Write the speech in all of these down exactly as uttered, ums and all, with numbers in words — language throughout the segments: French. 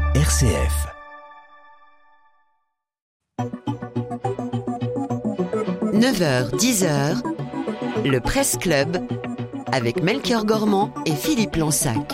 R C F. neuf heures dix heures, le Presse Club avec Melchior Gormand et Philippe Lansac.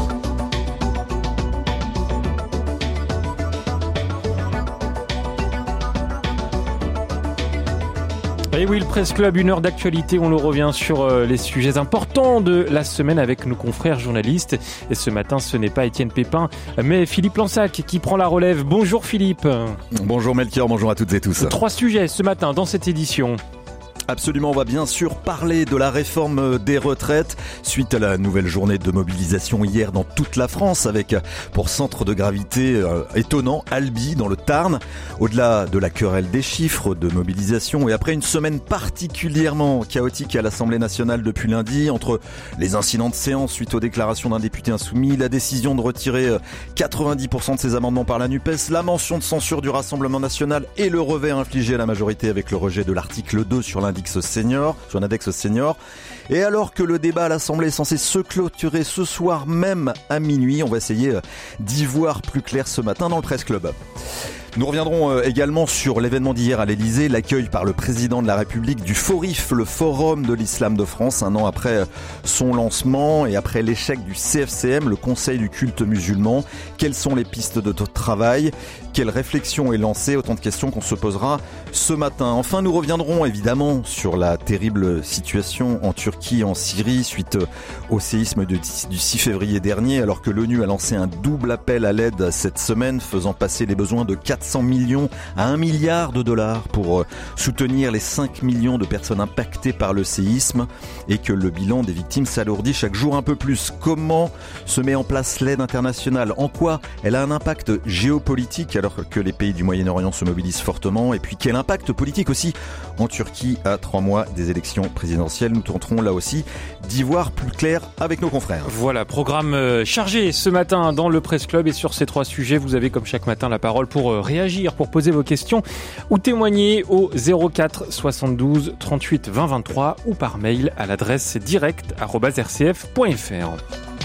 Et oui, le Presse Club, une heure d'actualité, on le revient sur euh, les sujets importants de la semaine avec nos confrères journalistes. Et ce matin, ce n'est pas Étienne Pépin, mais Philippe Lansac qui prend la relève. Bonjour Philippe. Bonjour Melchior, bonjour à toutes et tous. Trois sujets ce matin dans cette édition. Absolument, on va bien sûr parler de la réforme des retraites suite à la nouvelle journée de mobilisation hier dans toute la France avec pour centre de gravité euh, étonnant Albi dans le Tarn. Au-delà de la querelle des chiffres de mobilisation et après une semaine particulièrement chaotique à l'Assemblée nationale depuis lundi entre les incidents de séance suite aux déclarations d'un député insoumis, la décision de retirer quatre-vingt-dix pour cent de ses amendements par la NUPES, la mention de censure du Rassemblement national et le revers infligé à la majorité avec le rejet de l'article deux sur l'indice senior, sur un index senior. Et alors que le débat à l'Assemblée est censé se clôturer ce soir même à minuit, on va essayer d'y voir plus clair ce matin dans le Presse Club. Nous reviendrons également sur l'événement d'hier à l'Elysée, l'accueil par le président de la République du FORIF, le Forum de l'Islam de France, un an après son lancement et après l'échec du C F C M, le Conseil du culte musulman. Quelles sont les pistes de travail ? Quelle réflexion est lancée ? Autant de questions qu'on se posera ce matin. Enfin, nous reviendrons évidemment sur la terrible situation en Turquie, en Syrie, suite au séisme du six février dernier, alors que l'ONU a lancé un double appel à l'aide cette semaine, faisant passer les besoins de quatre cents millions à un milliard de dollars pour soutenir les cinq millions de personnes impactées par le séisme et que le bilan des victimes s'alourdit chaque jour un peu plus. Comment se met en place l'aide internationale ? En quoi elle a un impact géopolitique alors que les pays du Moyen-Orient se mobilisent fortement ? Et puis quel impact politique aussi en Turquie à trois mois des élections présidentielles ? Nous tenterons là aussi d'y voir plus clair avec nos confrères. Voilà, programme chargé ce matin dans le Presse Club et sur ces trois sujets, vous avez comme chaque matin la parole pour réagir, pour poser vos questions ou témoigner au zéro quatre soixante-douze trente-huit vingt vingt-trois ou par mail à l'adresse direct arobase r c f point f r.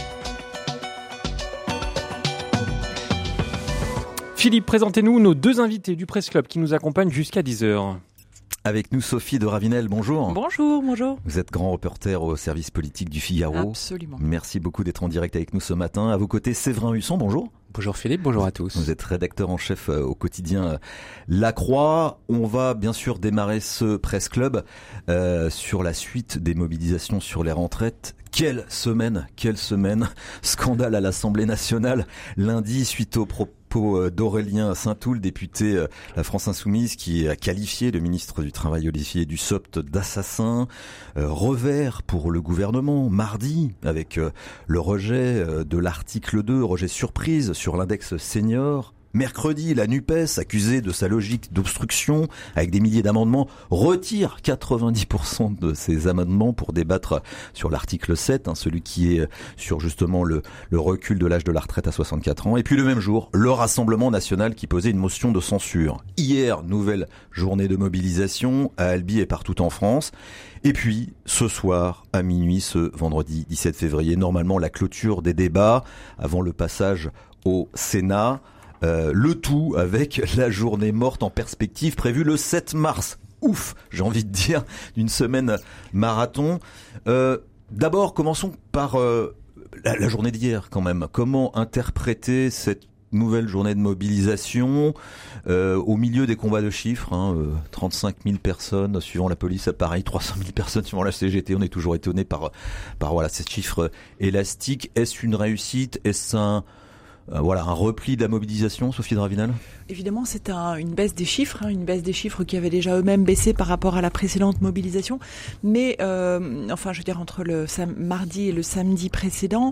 Philippe, présentez-nous nos deux invités du Presse Club qui nous accompagnent jusqu'à dix heures. Avec nous, Sophie de Ravinel, bonjour. Bonjour, bonjour. Vous êtes grand reporter au service politique du Figaro. Absolument. Merci beaucoup d'être en direct avec nous ce matin. À vos côtés, Séverin Husson, bonjour. Bonjour Philippe, bonjour à tous. Vous êtes rédacteur en chef au quotidien La Croix. On va bien sûr démarrer ce Presse Club euh, sur la suite des mobilisations sur les retraites. Quelle semaine, quelle semaine. Scandale à l'Assemblée nationale lundi suite aux propos d'Aurélien Saint-Toul, député de la France Insoumise, qui a qualifié le ministre du Travail Olivier Dussopt d'assassin. Euh, revers pour le gouvernement mardi avec euh, le rejet euh, de l'article deux, rejet surprise sur l'index senior. Mercredi, la NUPES, accusée de sa logique d'obstruction avec des milliers d'amendements, retire quatre-vingt-dix pour cent de ses amendements pour débattre sur l'article sept, hein, celui qui est sur justement le, le recul de l'âge de la retraite à soixante-quatre ans. Et puis le même jour, le Rassemblement national qui posait une motion de censure. Hier, nouvelle journée de mobilisation à Albi et partout en France. Et puis, ce soir, à minuit, ce vendredi dix-sept février, normalement la clôture des débats avant le passage au Sénat. Euh, le tout avec la journée morte en perspective prévue le sept mars. Ouf, j'ai envie de dire, d'une semaine marathon. Euh, d'abord, commençons par euh, la, la journée d'hier quand même. Comment interpréter cette nouvelle journée de mobilisation euh, au milieu des combats de chiffres, hein, euh, trente-cinq mille personnes suivant la police à Paris, trois cent mille personnes suivant la C G T. On est toujours étonné par, par voilà, ces chiffres élastiques. Est-ce une réussite ? Est-ce un... Euh, voilà, un repli de la mobilisation, Sophie de Ravinel ? Évidemment, c'est un, une baisse des chiffres, hein, une baisse des chiffres qui avaient déjà eux-mêmes baissé par rapport à la précédente mobilisation. Mais, euh, enfin, je veux dire, entre le sam- mardi et le samedi précédent,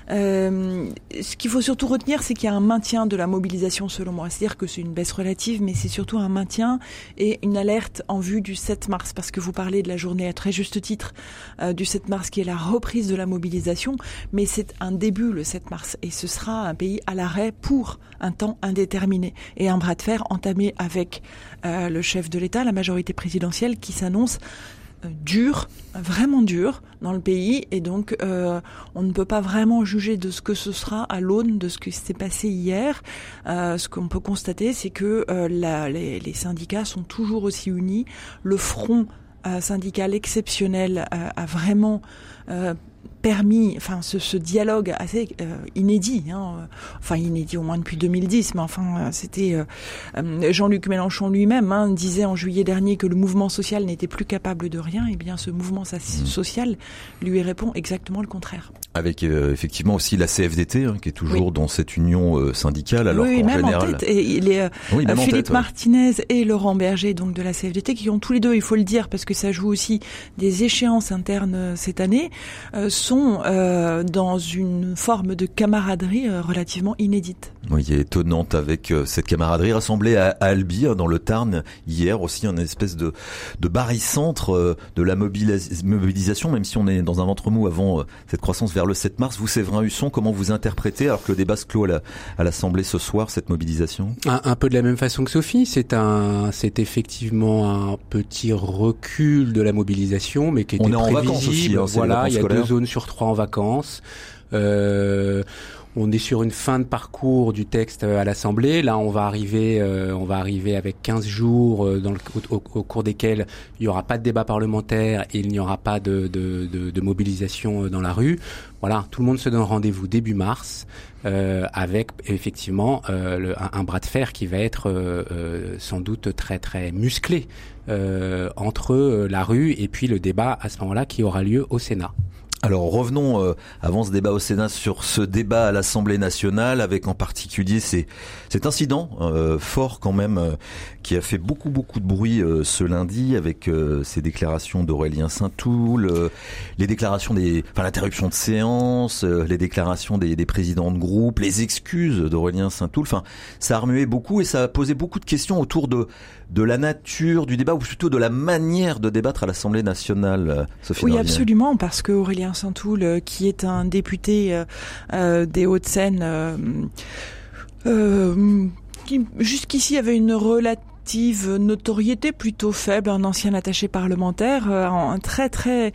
euh, ce qu'il faut surtout retenir, c'est qu'il y a un maintien de la mobilisation, selon moi. C'est-à-dire que c'est une baisse relative, mais c'est surtout un maintien et une alerte en vue du sept mars. Parce que vous parlez de la journée à très juste titre euh, du sept mars, qui est la reprise de la mobilisation. Mais c'est un début, le sept mars. Et ce sera un pays à l'arrêt pour un temps indéterminé. Et un bras de fer entamé avec euh, le chef de l'État, la majorité présidentielle, qui s'annonce dur, vraiment dur dans le pays, et donc euh, on ne peut pas vraiment juger de ce que ce sera à l'aune de ce qui s'est passé hier. Euh, ce qu'on peut constater, c'est que euh, la, les, les syndicats sont toujours aussi unis. Le front euh, syndical exceptionnel euh, a vraiment euh, permis, enfin ce, ce dialogue assez euh, inédit, hein, enfin inédit au moins depuis deux mille dix, mais enfin c'était euh, Jean-Luc Mélenchon lui-même hein, disait en juillet dernier que le mouvement social n'était plus capable de rien, et bien ce mouvement social lui répond exactement le contraire. Avec euh, effectivement aussi la C F D T hein, qui est toujours oui. dans cette union euh, syndicale, alors oui, qu'en même général, en tête, et les, euh, oui, même Philippe en tête, Martinez ouais. et Laurent Berger donc de la C F D T qui ont tous les deux, il faut le dire parce que ça joue aussi des échéances internes cette année, euh, sont euh, dans une forme de camaraderie euh, relativement inédite. Oui, étonnante avec euh, cette camaraderie rassemblée à, à Albi, hein, dans le Tarn, hier aussi, une espèce de, de barycentre euh, de la mobilis- mobilisation, même si on est dans un ventre mou avant euh, cette croissance vers le sept mars. Vous, Séverin Husson, comment vous interprétez, alors que le débat se clôt à, la, à l'Assemblée ce soir, cette mobilisation ? un, un peu de la même façon que Sophie, c'est, un, c'est effectivement un petit recul de la mobilisation, mais qui était prévisible. On est en vacances aussi, hein, voilà, il y a scolaires. deux zones sur trois en vacances. Euh, on est sur une fin de parcours du texte à l'Assemblée. Là, on va arriver, euh, on va arriver avec quinze jours euh, dans le, au, au cours desquels il n'y aura pas de débat parlementaire et il n'y aura pas de, de, de, de mobilisation dans la rue. Voilà, tout le monde se donne rendez-vous début mars euh, avec effectivement euh, le, un, un bras de fer qui va être euh, euh, sans doute très très musclé euh, entre euh, la rue et puis le débat à ce moment-là qui aura lieu au Sénat. Alors revenons euh, avant ce débat au Sénat sur ce débat à l'Assemblée nationale, avec en particulier ces, cet incident euh, fort quand même euh, qui a fait beaucoup beaucoup de bruit euh, ce lundi, avec euh, ces déclarations d'Aurélien Saint-Toul, euh, les déclarations des, enfin l'interruption de séance, euh, les déclarations des, des présidents de groupe, les excuses d'Aurélien Saint-Toul. Enfin, ça a remué beaucoup et ça a posé beaucoup de questions autour de de la nature du débat, ou plutôt de la manière de débattre à l'Assemblée nationale. Sophie Oui, Darvier. absolument, parce que Aurélien Saint-Toul, euh, qui est un député euh, euh, des Hauts-de-Seine, euh, euh, qui jusqu'ici avait une relative notoriété plutôt faible, un ancien attaché parlementaire, euh, un très très,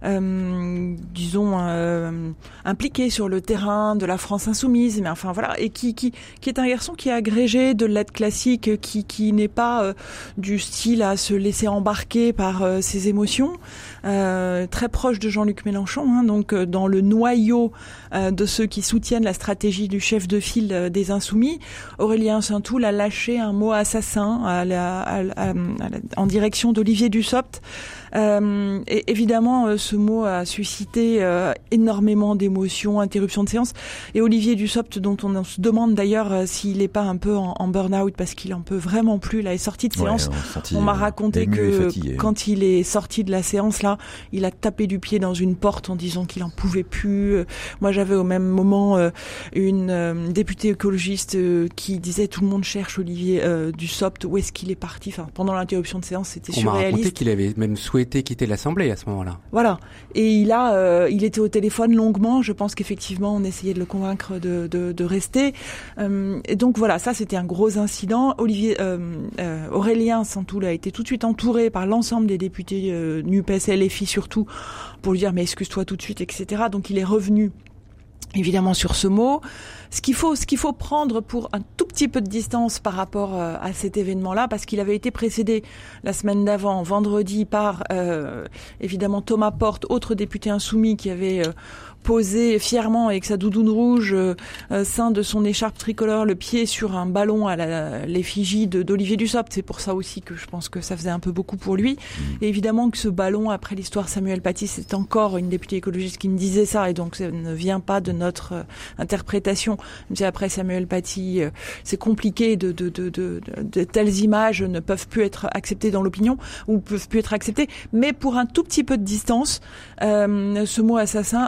euh, disons, euh, impliqué sur le terrain de la France insoumise, mais enfin voilà, et qui qui qui est un garçon qui est agrégé de l'aide classique, qui qui n'est pas euh, du style à se laisser embarquer par euh, ses émotions, euh, très proche de Jean-Luc Mélenchon, hein, donc euh, dans le noyau euh, de ceux qui soutiennent la stratégie du chef de file euh, des Insoumis. Aurélien Saint-Toul a lâché un mot assassin à la, à la, à la, en direction d'Olivier Dussopt. Euh, et évidemment, euh, ce mot a suscité euh, énormément d'émotions, interruption de séance. Et Olivier Dussopt, dont on, on se demande d'ailleurs euh, s'il n'est pas un peu en, en burn-out parce qu'il en peut vraiment plus. Là, il est sorti de séance. Ouais, on, senti, on m'a raconté que quand il est sorti de la séance, là, il a tapé du pied dans une porte en disant qu'il en pouvait plus. Moi, j'avais au même moment euh, une euh, députée écologiste euh, qui disait tout le monde cherche Olivier euh, Dussopt. Où est-ce qu'il est parti ? Enfin, pendant l'interruption de séance, c'était on surréaliste. On m'a raconté qu'il avait même souhaité quitter l'Assemblée à ce moment-là. Voilà. Et il a, euh, il était au téléphone longuement. Je pense qu'effectivement, on essayait de le convaincre de, de, de rester. Euh, et donc voilà, ça c'était un gros incident. Olivier, euh, euh, Aurélien Saint-Toul a été tout de suite entouré par l'ensemble des députés euh, NUPES, L F I surtout, pour lui dire mais excuse-toi tout de suite, et cetera. Donc il est revenu évidemment sur ce mot. Ce qu'il faut, ce qu'il faut prendre pour un tout petit peu de distance par rapport euh, à cet événement-là, parce qu'il avait été précédé la semaine d'avant, vendredi, par euh, évidemment Thomas Porte, autre député insoumis qui avait euh, posé fièrement avec sa doudoune rouge, euh, euh, sein de son écharpe tricolore, le pied sur un ballon à la, l'effigie de, d'Olivier Dussopt. C'est pour ça aussi que je pense que ça faisait un peu beaucoup pour lui. Mmh. Et évidemment que ce ballon, après l'histoire Samuel Paty, c'est encore une députée écologiste qui me disait ça, et donc ça ne vient pas de notre euh, interprétation. Même si après Samuel Paty, euh, c'est compliqué, de, de, de, de, de telles images ne peuvent plus être acceptées dans l'opinion, ou peuvent plus être acceptées. Mais pour un tout petit peu de distance, euh, ce mot assassin n'est pas du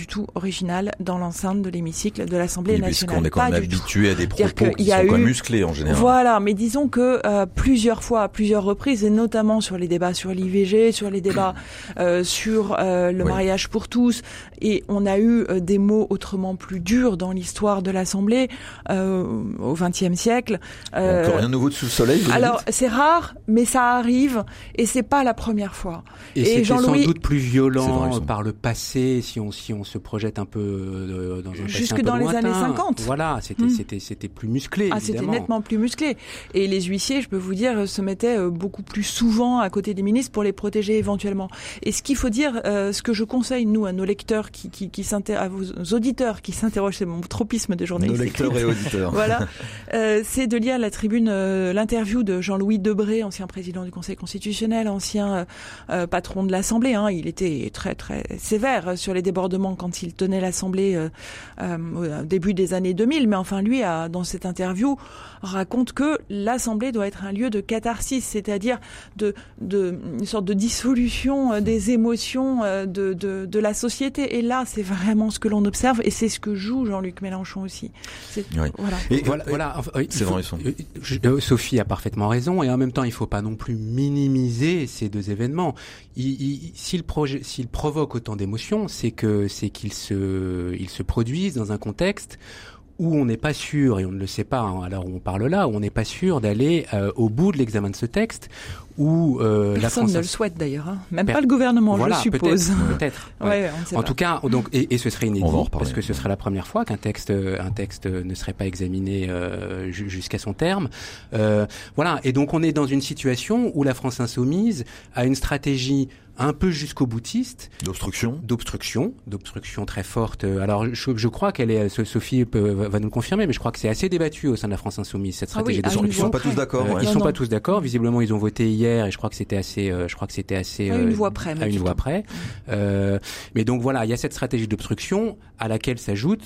du tout original dans l'enceinte de l'hémicycle de l'Assemblée oui, nationale. Puisqu'on est quand pas même habitué à des propos qui sont eu... quand même musclés en général. Voilà, mais disons que euh, plusieurs fois, à plusieurs reprises, et notamment sur les débats sur l'I V G, sur les débats euh, sur euh, le oui. mariage pour tous, et on a eu euh, des mots autrement plus durs dans l'histoire de l'Assemblée euh, au vingtième siècle. Euh, Encore rien de nouveau sous le soleil. Alors dites c'est rare, mais ça arrive, et c'est pas la première fois. Et, et c'était Jean-Louis... sans doute plus violent vrai, par le passé, si on si on se projette un peu euh, dans un jusque passé un peu dans lointain. Les années cinquante. Voilà, c'était mmh. c'était c'était plus musclé. Ah, évidemment. C'était nettement plus musclé. Et les huissiers, je peux vous dire, se mettaient beaucoup plus souvent à côté des ministres pour les protéger éventuellement. Et ce qu'il faut dire, euh, ce que je conseille nous à nos lecteurs qui qui, qui à vos auditeurs qui s'interrogent, c'est mon tropisme de journaliste. Nos lecteurs et auditeurs. Voilà, euh, c'est de lire la tribune, euh, l'interview de Jean-Louis Debré, ancien président du Conseil constitutionnel, ancien euh, patron de l'Assemblée. Hein. Il était très très sévère sur les débordements quand il tenait l'Assemblée euh, euh, au début des années deux mille. Mais enfin, lui, a, dans cette interview, raconte que l'Assemblée doit être un lieu de catharsis, c'est-à-dire de, de une sorte de dissolution des émotions de, de, de la société. Et là, c'est vraiment ce que l'on observe, et c'est ce que joue Jean-Luc Mélenchon aussi. C'est, oui. Voilà. Et voilà, voilà enfin, c'est faut, euh, Sophie a parfaitement raison, et en même temps, il faut pas non plus minimiser ces deux événements. Il, il, s'il, proje, s'il provoque autant d'émotions, c'est que c'est qu'ils se, ils se produisent dans un contexte où on n'est pas sûr, et on ne le sait pas, hein, alors on parle là, où on n'est pas sûr d'aller euh, au bout de l'examen de ce texte, où euh, personne la France ne le souhaite d'ailleurs, hein. Même per... pas le gouvernement, voilà, je suppose. Peut-être. peut-être ouais. Ouais, on ne sait en pas. tout cas, donc, et, et ce serait inédit, parce que ce ouais. serait la première fois qu'un texte, un texte ne serait pas examiné euh, jusqu'à son terme. Euh, voilà, et donc on est dans une situation où la France insoumise a une stratégie un peu jusqu'au boutiste. D'obstruction. D'obstruction, d'obstruction très forte. Alors, je, je crois qu'elle est, Sophie peut, va nous le confirmer, mais je crois que c'est assez débattu au sein de la France insoumise, cette stratégie ah oui, d'obstruction. Ils sont pas tous d'accord. Euh, ouais. Ils non, sont non. pas tous d'accord. Visiblement, ils ont voté hier, et je crois que c'était assez, euh, je crois que c'était assez, à euh, une voix près. à une voix près. Euh, mais donc voilà, il y a cette stratégie d'obstruction à laquelle s'ajoute,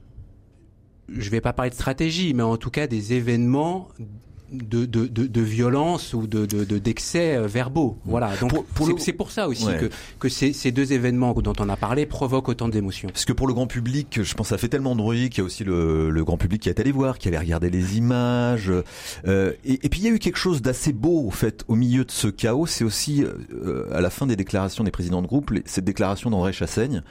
je vais pas parler de stratégie, mais en tout cas des événements de, de, de, de violence ou de, de, de d'excès verbaux. Voilà. Donc pour, pour c'est, le... c'est pour ça aussi ouais. que, que ces, ces deux événements dont on a parlé provoquent autant d'émotions. Parce que pour le grand public, je pense que ça fait tellement de bruit qu'il y a aussi le, le grand public qui est allé voir, qui allait regarder les images. Euh, et, et puis il y a eu quelque chose d'assez beau au fait au milieu de ce chaos. C'est aussi euh, à la fin des déclarations des présidents de groupe, les, cette déclaration d'André Chassaigne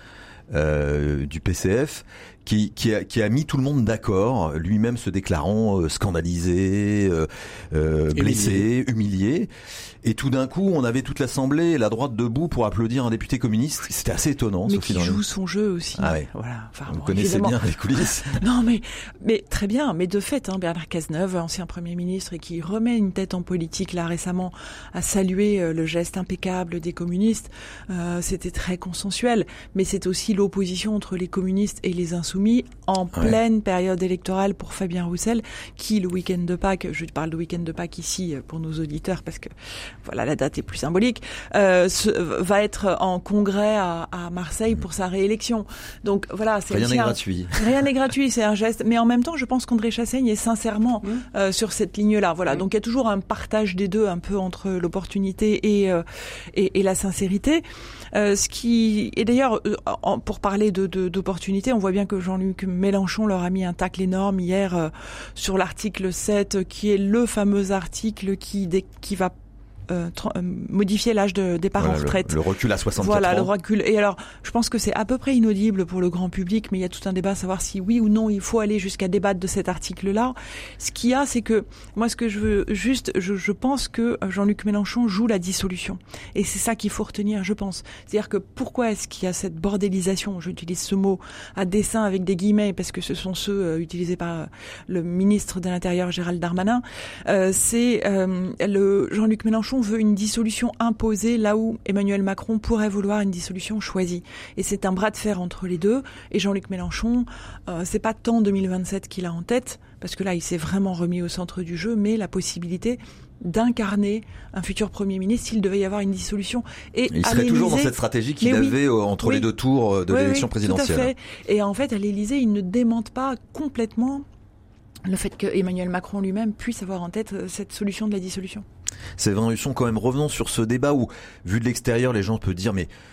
euh, du P C F. Qui, qui, a, qui a mis tout le monde d'accord, lui-même se déclarant euh, scandalisé, euh, euh, blessé, humilié. humilié. Et tout d'un coup, on avait toute l'Assemblée, la droite debout pour applaudir un député communiste. C'était assez étonnant, mais Sophie qui Danlou. joue son jeu aussi. Ah ouais. Voilà. Enfin, Vous bon, connaissez évidemment. bien les coulisses. Non, mais, mais très bien. Mais de fait, hein, Bernard Cazeneuve, ancien Premier ministre et qui remet une tête en politique là récemment, a salué euh, le geste impeccable des communistes. Euh, c'était très consensuel. Mais c'est aussi l'opposition entre les communistes et les insoumis en ouais. pleine période électorale pour Fabien Roussel, qui le week-end de Pâques, je parle de week-end de Pâques ici pour nos auditeurs parce que voilà la date est plus symbolique, euh, se, va être en congrès à, à Marseille pour sa réélection. Donc voilà, c'est rien n'est un, gratuit. Rien n'est gratuit, c'est un geste. Mais en même temps, je pense qu'André Chassaigne est sincèrement mmh. euh, sur cette ligne-là. Voilà, mmh. donc il y a toujours un partage des deux, un peu entre l'opportunité et euh, et, et la sincérité. Euh, ce qui et d'ailleurs, euh, pour parler de, de d'opportunité, on voit bien que Jean-Luc Mélenchon leur a mis un tacle énorme hier euh, sur l'article sept, qui est le fameux article qui dé, qui va Euh, tra- euh, modifier l'âge de départ voilà, en retraite. Le, le recul à soixante-quatre voilà, ans. Voilà, le recul. Et alors, je pense que c'est à peu près inaudible pour le grand public, mais il y a tout un débat à savoir si oui ou non il faut aller jusqu'à débattre de cet article-là. Ce qu'il y a, c'est que moi, ce que je veux juste, je, je pense que Jean-Luc Mélenchon joue la dissolution. Et c'est ça qu'il faut retenir, je pense. C'est-à-dire que pourquoi est-ce qu'il y a cette bordélisation, j'utilise ce mot à dessein avec des guillemets, parce que ce sont ceux euh, utilisés par le ministre de l'Intérieur, Gérald Darmanin, euh, c'est euh, le Jean-Luc Mélenchon veut une dissolution imposée là où Emmanuel Macron pourrait vouloir une dissolution choisie. Et c'est un bras de fer entre les deux. Et Jean-Luc Mélenchon, euh, c'est pas tant deux mille vingt-sept qu'il a en tête, parce que là, il s'est vraiment remis au centre du jeu, mais la possibilité d'incarner un futur Premier ministre s'il devait y avoir une dissolution. Et il serait toujours dans cette stratégie qu'il oui, avait entre oui. les deux tours de oui, l'élection oui, présidentielle. Tout à fait. Et en fait, à l'Élysée, il ne démente pas complètement le fait que Emmanuel Macron lui-même puisse avoir en tête cette solution de la dissolution. Séverin Husson, quand même, revenons sur ce débat où, vu de l'extérieur, les gens peuvent dire mais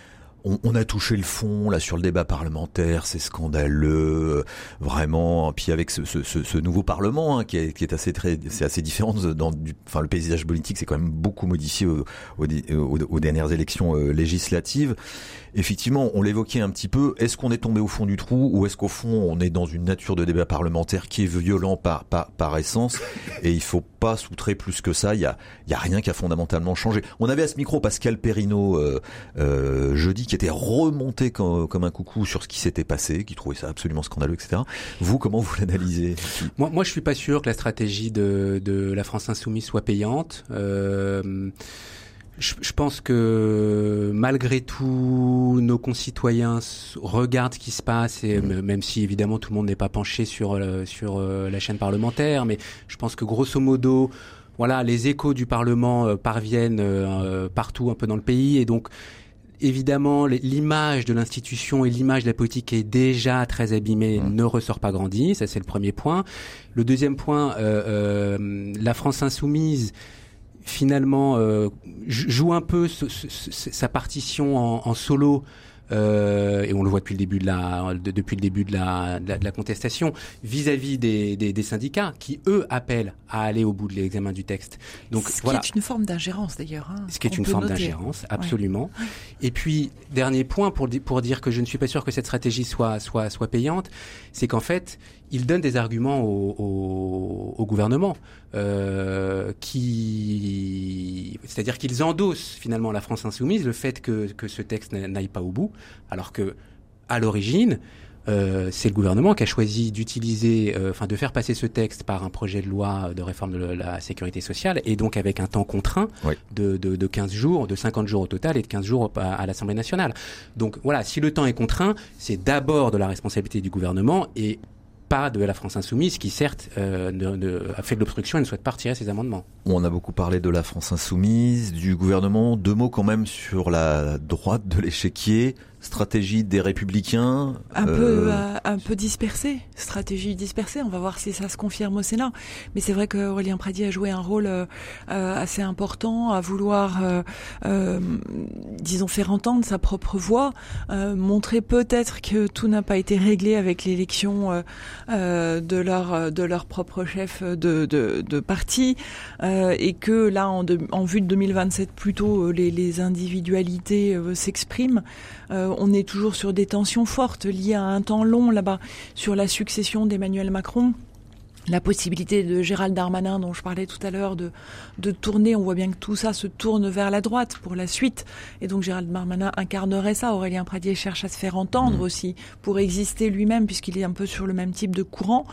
on, on a touché le fond là sur le débat parlementaire, c'est scandaleux, vraiment. Puis avec ce, ce, ce, ce nouveau Parlement hein, qui, est, qui est assez très, c'est assez différent. Dans du, enfin, le paysage politique, c'est quand même beaucoup modifié aux, aux, aux, aux dernières élections euh, législatives. Effectivement, on l'évoquait un petit peu. Est-ce qu'on est tombé au fond du trou ou est-ce qu'au fond on est dans une nature de débat parlementaire qui est violent par par, par essence et il faut pas soutrer plus que ça. Il y a il y a rien qui a fondamentalement changé. On avait à ce micro Pascal Perrineau euh, euh, jeudi qui était remonté comme, comme un coucou sur ce qui s'était passé, qui trouvait ça absolument scandaleux, et cetera. Vous, comment vous l'analysez ? Moi, moi, je suis pas sûr que la stratégie de de la France Insoumise soit payante. Euh, Je, je pense que malgré tout, nos concitoyens regardent ce qui se passe, et même si évidemment tout le monde n'est pas penché sur euh, sur euh, la chaîne parlementaire, mais je pense que grosso modo, voilà, les échos du Parlement euh, parviennent euh, partout un peu dans le pays, et donc évidemment l'image de l'institution et l'image de la politique est déjà très abîmée, mmh. ne ressort pas grandi. Ça, c'est le premier point. Le deuxième point, euh, euh, la France Insoumise finalement euh, joue un peu ce, ce, ce, sa partition en, en solo euh, et on le voit depuis le début de la de, depuis le début de la, de la de la contestation vis-à-vis des, des des syndicats qui eux appellent à aller au bout de l'examen du texte. Donc ce voilà. qui est une forme d'ingérence d'ailleurs. Hein, ce qui est une forme noter. d'ingérence, absolument. Ouais. Et puis dernier point pour pour dire que je ne suis pas sûr que cette stratégie soit soit soit payante, c'est qu'en fait il donne des arguments au, au, au gouvernement, euh, qui, c'est-à-dire qu'ils endossent finalement la France Insoumise le fait que, que ce texte n'aille pas au bout, alors que à l'origine, euh, c'est le gouvernement qui a choisi d'utiliser, euh, enfin de faire passer ce texte par un projet de loi de réforme de la sécurité sociale, et donc avec un temps contraint oui. de, de, de quinze jours, de cinquante jours au total et de quinze jours à, à l'Assemblée nationale. Donc voilà, si le temps est contraint, c'est d'abord de la responsabilité du gouvernement et pas de la France Insoumise qui certes euh, de, de, a fait de l'obstruction et ne souhaite pas retirer ses amendements. On a beaucoup parlé de la France Insoumise, du gouvernement. Deux mots quand même sur la droite de l'échiquier. Stratégie des Républicains un euh... peu euh, un peu dispersée, stratégie dispersée. On va voir si ça se confirme au Sénat. Mais c'est vrai qu'Aurélien Pradié a joué un rôle euh, assez important à vouloir, euh, euh, disons, faire entendre sa propre voix, euh, montrer peut-être que tout n'a pas été réglé avec l'élection euh, euh, de leur de leur propre chef de de, de parti, euh, et que là, en, de, en vue de deux mille vingt-sept, plutôt les, les individualités euh, s'expriment. Euh, on est toujours sur des tensions fortes liées à un temps long là-bas, sur la succession d'Emmanuel Macron. La possibilité de Gérald Darmanin, dont je parlais tout à l'heure, de, de tourner, on voit bien que tout ça se tourne vers la droite pour la suite. Et donc Gérald Darmanin incarnerait ça. Aurélien Pradié cherche à se faire entendre mmh. aussi, pour exister lui-même, puisqu'il est un peu sur le même type de courant.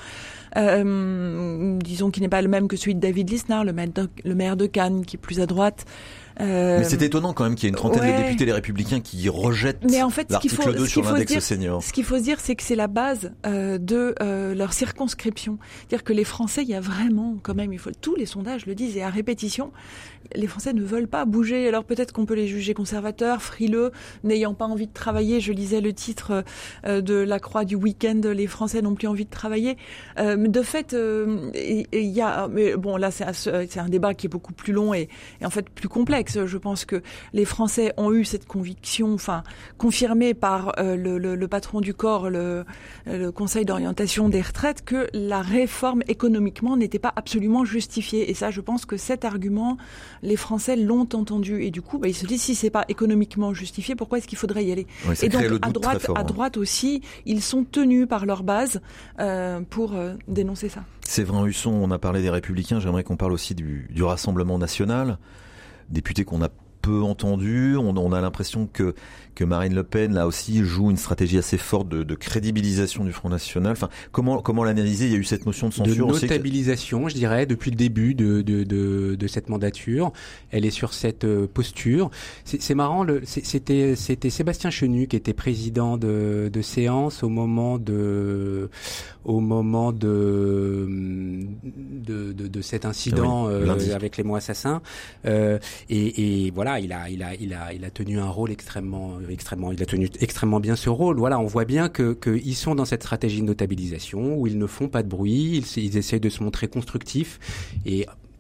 Euh, disons qu'il n'est pas le même que celui de David Lisnard, le maire de, le maire de Cannes, qui est plus à droite. Euh, mais c'est étonnant quand même qu'il y ait une trentaine ouais. de députés les Républicains qui rejettent mais en fait, l'article faut, deux sur l'index dire, senior. Ce qu'il faut se dire, c'est que c'est la base euh, de euh, leur circonscription. C'est-à-dire que les Français, il y a vraiment, quand même, il faut, tous les sondages le disent, et à répétition, les Français ne veulent pas bouger. Alors peut-être qu'on peut les juger conservateurs, frileux, n'ayant pas envie de travailler. Je lisais le titre euh, de La Croix du week-end, les Français n'ont plus envie de travailler. Euh, mais de fait, il euh, y a... Mais bon, là, c'est un, c'est un débat qui est beaucoup plus long et, et en fait plus complexe. Je pense que les Français ont eu cette conviction, enfin, confirmée par euh, le, le, le patron du corps, le, le Conseil d'orientation des retraites, que la réforme économiquement n'était pas absolument justifiée. Et ça, je pense que cet argument, les Français l'ont entendu. Et du coup, bah, ils se disent, si c'est pas économiquement justifié, pourquoi est-ce qu'il faudrait y aller? Oui, et donc, à droite, fort, à droite aussi, ils sont tenus par leur base euh, pour euh, dénoncer ça. Séverin Husson, on a parlé des Républicains, j'aimerais qu'on parle aussi du, du Rassemblement National, député qu'on a peu entendu. On, on a l'impression que, que Marine Le Pen, là aussi, joue une stratégie assez forte de, de crédibilisation du Front National. Enfin, comment, comment l'analyser? Il y a eu cette notion de censure. De notabilisation, aussi que... je dirais, depuis le début de, de, de, de cette mandature. Elle est sur cette posture. C'est, c'est marrant, le, c'était, c'était Sébastien Chenu qui était président de, de séance au moment de, au moment de, de, de, de cet incident oui, euh, avec les mots assassins. Euh, et, et voilà, il a, il a, il a, il a tenu un rôle extrêmement, extrêmement, il a tenu extrêmement bien ce rôle. Voilà, on voit bien que, qu'ils sont dans cette stratégie de notabilisation où ils ne font pas de bruit, ils, ils essaient de se montrer constructifs et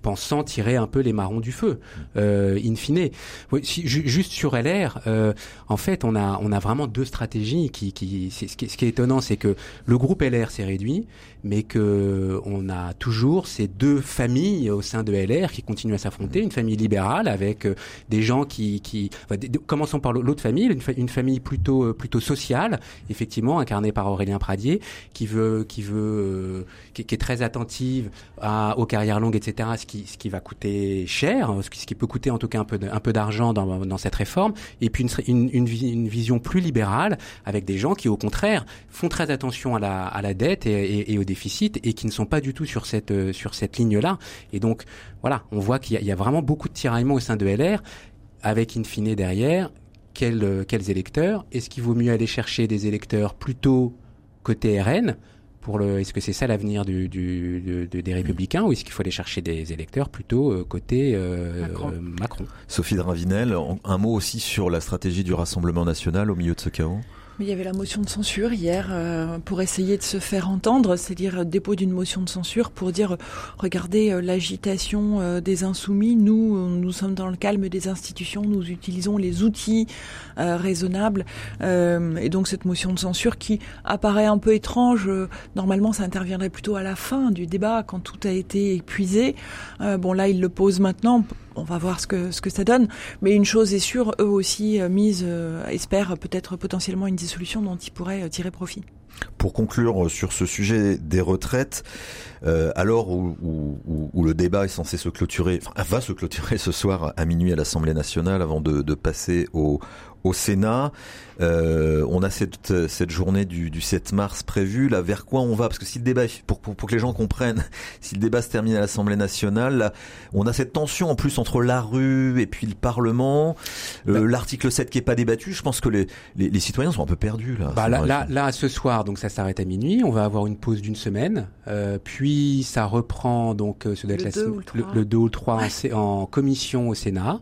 pensant tirer un peu les marrons du feu, euh, in fine. Oui, si, ju- juste sur L R, euh, en fait, on a on a vraiment deux stratégies qui qui c'est, ce qui ce qui est étonnant, c'est que le groupe L R s'est réduit, mais que on a toujours ces deux familles au sein de L R qui continuent à s'affronter, une famille libérale avec euh, des gens qui qui enfin, des, commençons par l'autre famille, une, fa- une famille plutôt euh, plutôt sociale, effectivement incarnée par Aurélien Pradier, qui veut qui veut euh, qui, qui est très attentive à, aux carrières longues, et cetera. Ce qui, ce qui va coûter cher, ce qui, ce qui peut coûter en tout cas un peu, de, un peu d'argent dans, dans cette réforme. Et puis une, une, une, une vision plus libérale avec des gens qui, au contraire, font très attention à la, à la dette et, et, et au déficit et qui ne sont pas du tout sur cette, sur cette ligne-là. Et donc, voilà, on voit qu'il y a, il y a vraiment beaucoup de tiraillements au sein de L R, avec in fine derrière, quels, quels électeurs. Est-ce qu'il vaut mieux aller chercher des électeurs plutôt côté R N? Pour le, est-ce que c'est ça l'avenir du, du, de, de, des Républicains, ou est-ce qu'il faut aller chercher des électeurs plutôt euh, côté euh, Macron. Euh, Macron Sophie Dravinel, un mot aussi sur la stratégie du Rassemblement national au milieu de ce chaos. Il y avait la motion de censure hier euh, pour essayer de se faire entendre, c'est-à-dire euh, dépôt d'une motion de censure pour dire euh, regardez euh, l'agitation euh, des insoumis, nous euh, nous sommes dans le calme des institutions, nous utilisons les outils euh, raisonnables euh, et donc cette motion de censure qui apparaît un peu étrange, euh, normalement ça interviendrait plutôt à la fin du débat quand tout a été épuisé. Euh, bon là il le pose maintenant. On va voir ce que ce que ça donne, mais une chose est sûre, eux aussi euh, misent, euh, espèrent peut-être potentiellement une dissolution dont ils pourraient euh, tirer profit. Pour conclure sur ce sujet des retraites, euh, à l'heure où, où, où le débat est censé se clôturer, enfin va se clôturer ce soir à minuit à l'Assemblée nationale avant de, de passer au au Sénat, euh, on a cette cette journée du, du sept mars prévue. Là, vers quoi on va? Parce que si le débat, pour, pour pour que les gens comprennent, si le débat se termine à l'Assemblée nationale, là, on a cette tension en plus entre la rue et puis le Parlement. Euh, bah, l'article sept qui est pas débattu. Je pense que les les, les citoyens sont un peu perdus là. Bah là, là, là, ce soir, donc ça s'arrête à minuit. On va avoir une pause d'une semaine, euh, puis ça reprend donc euh, ça doit être le, la, deux le, le deux ou le trois ouais. en, en commission au Sénat.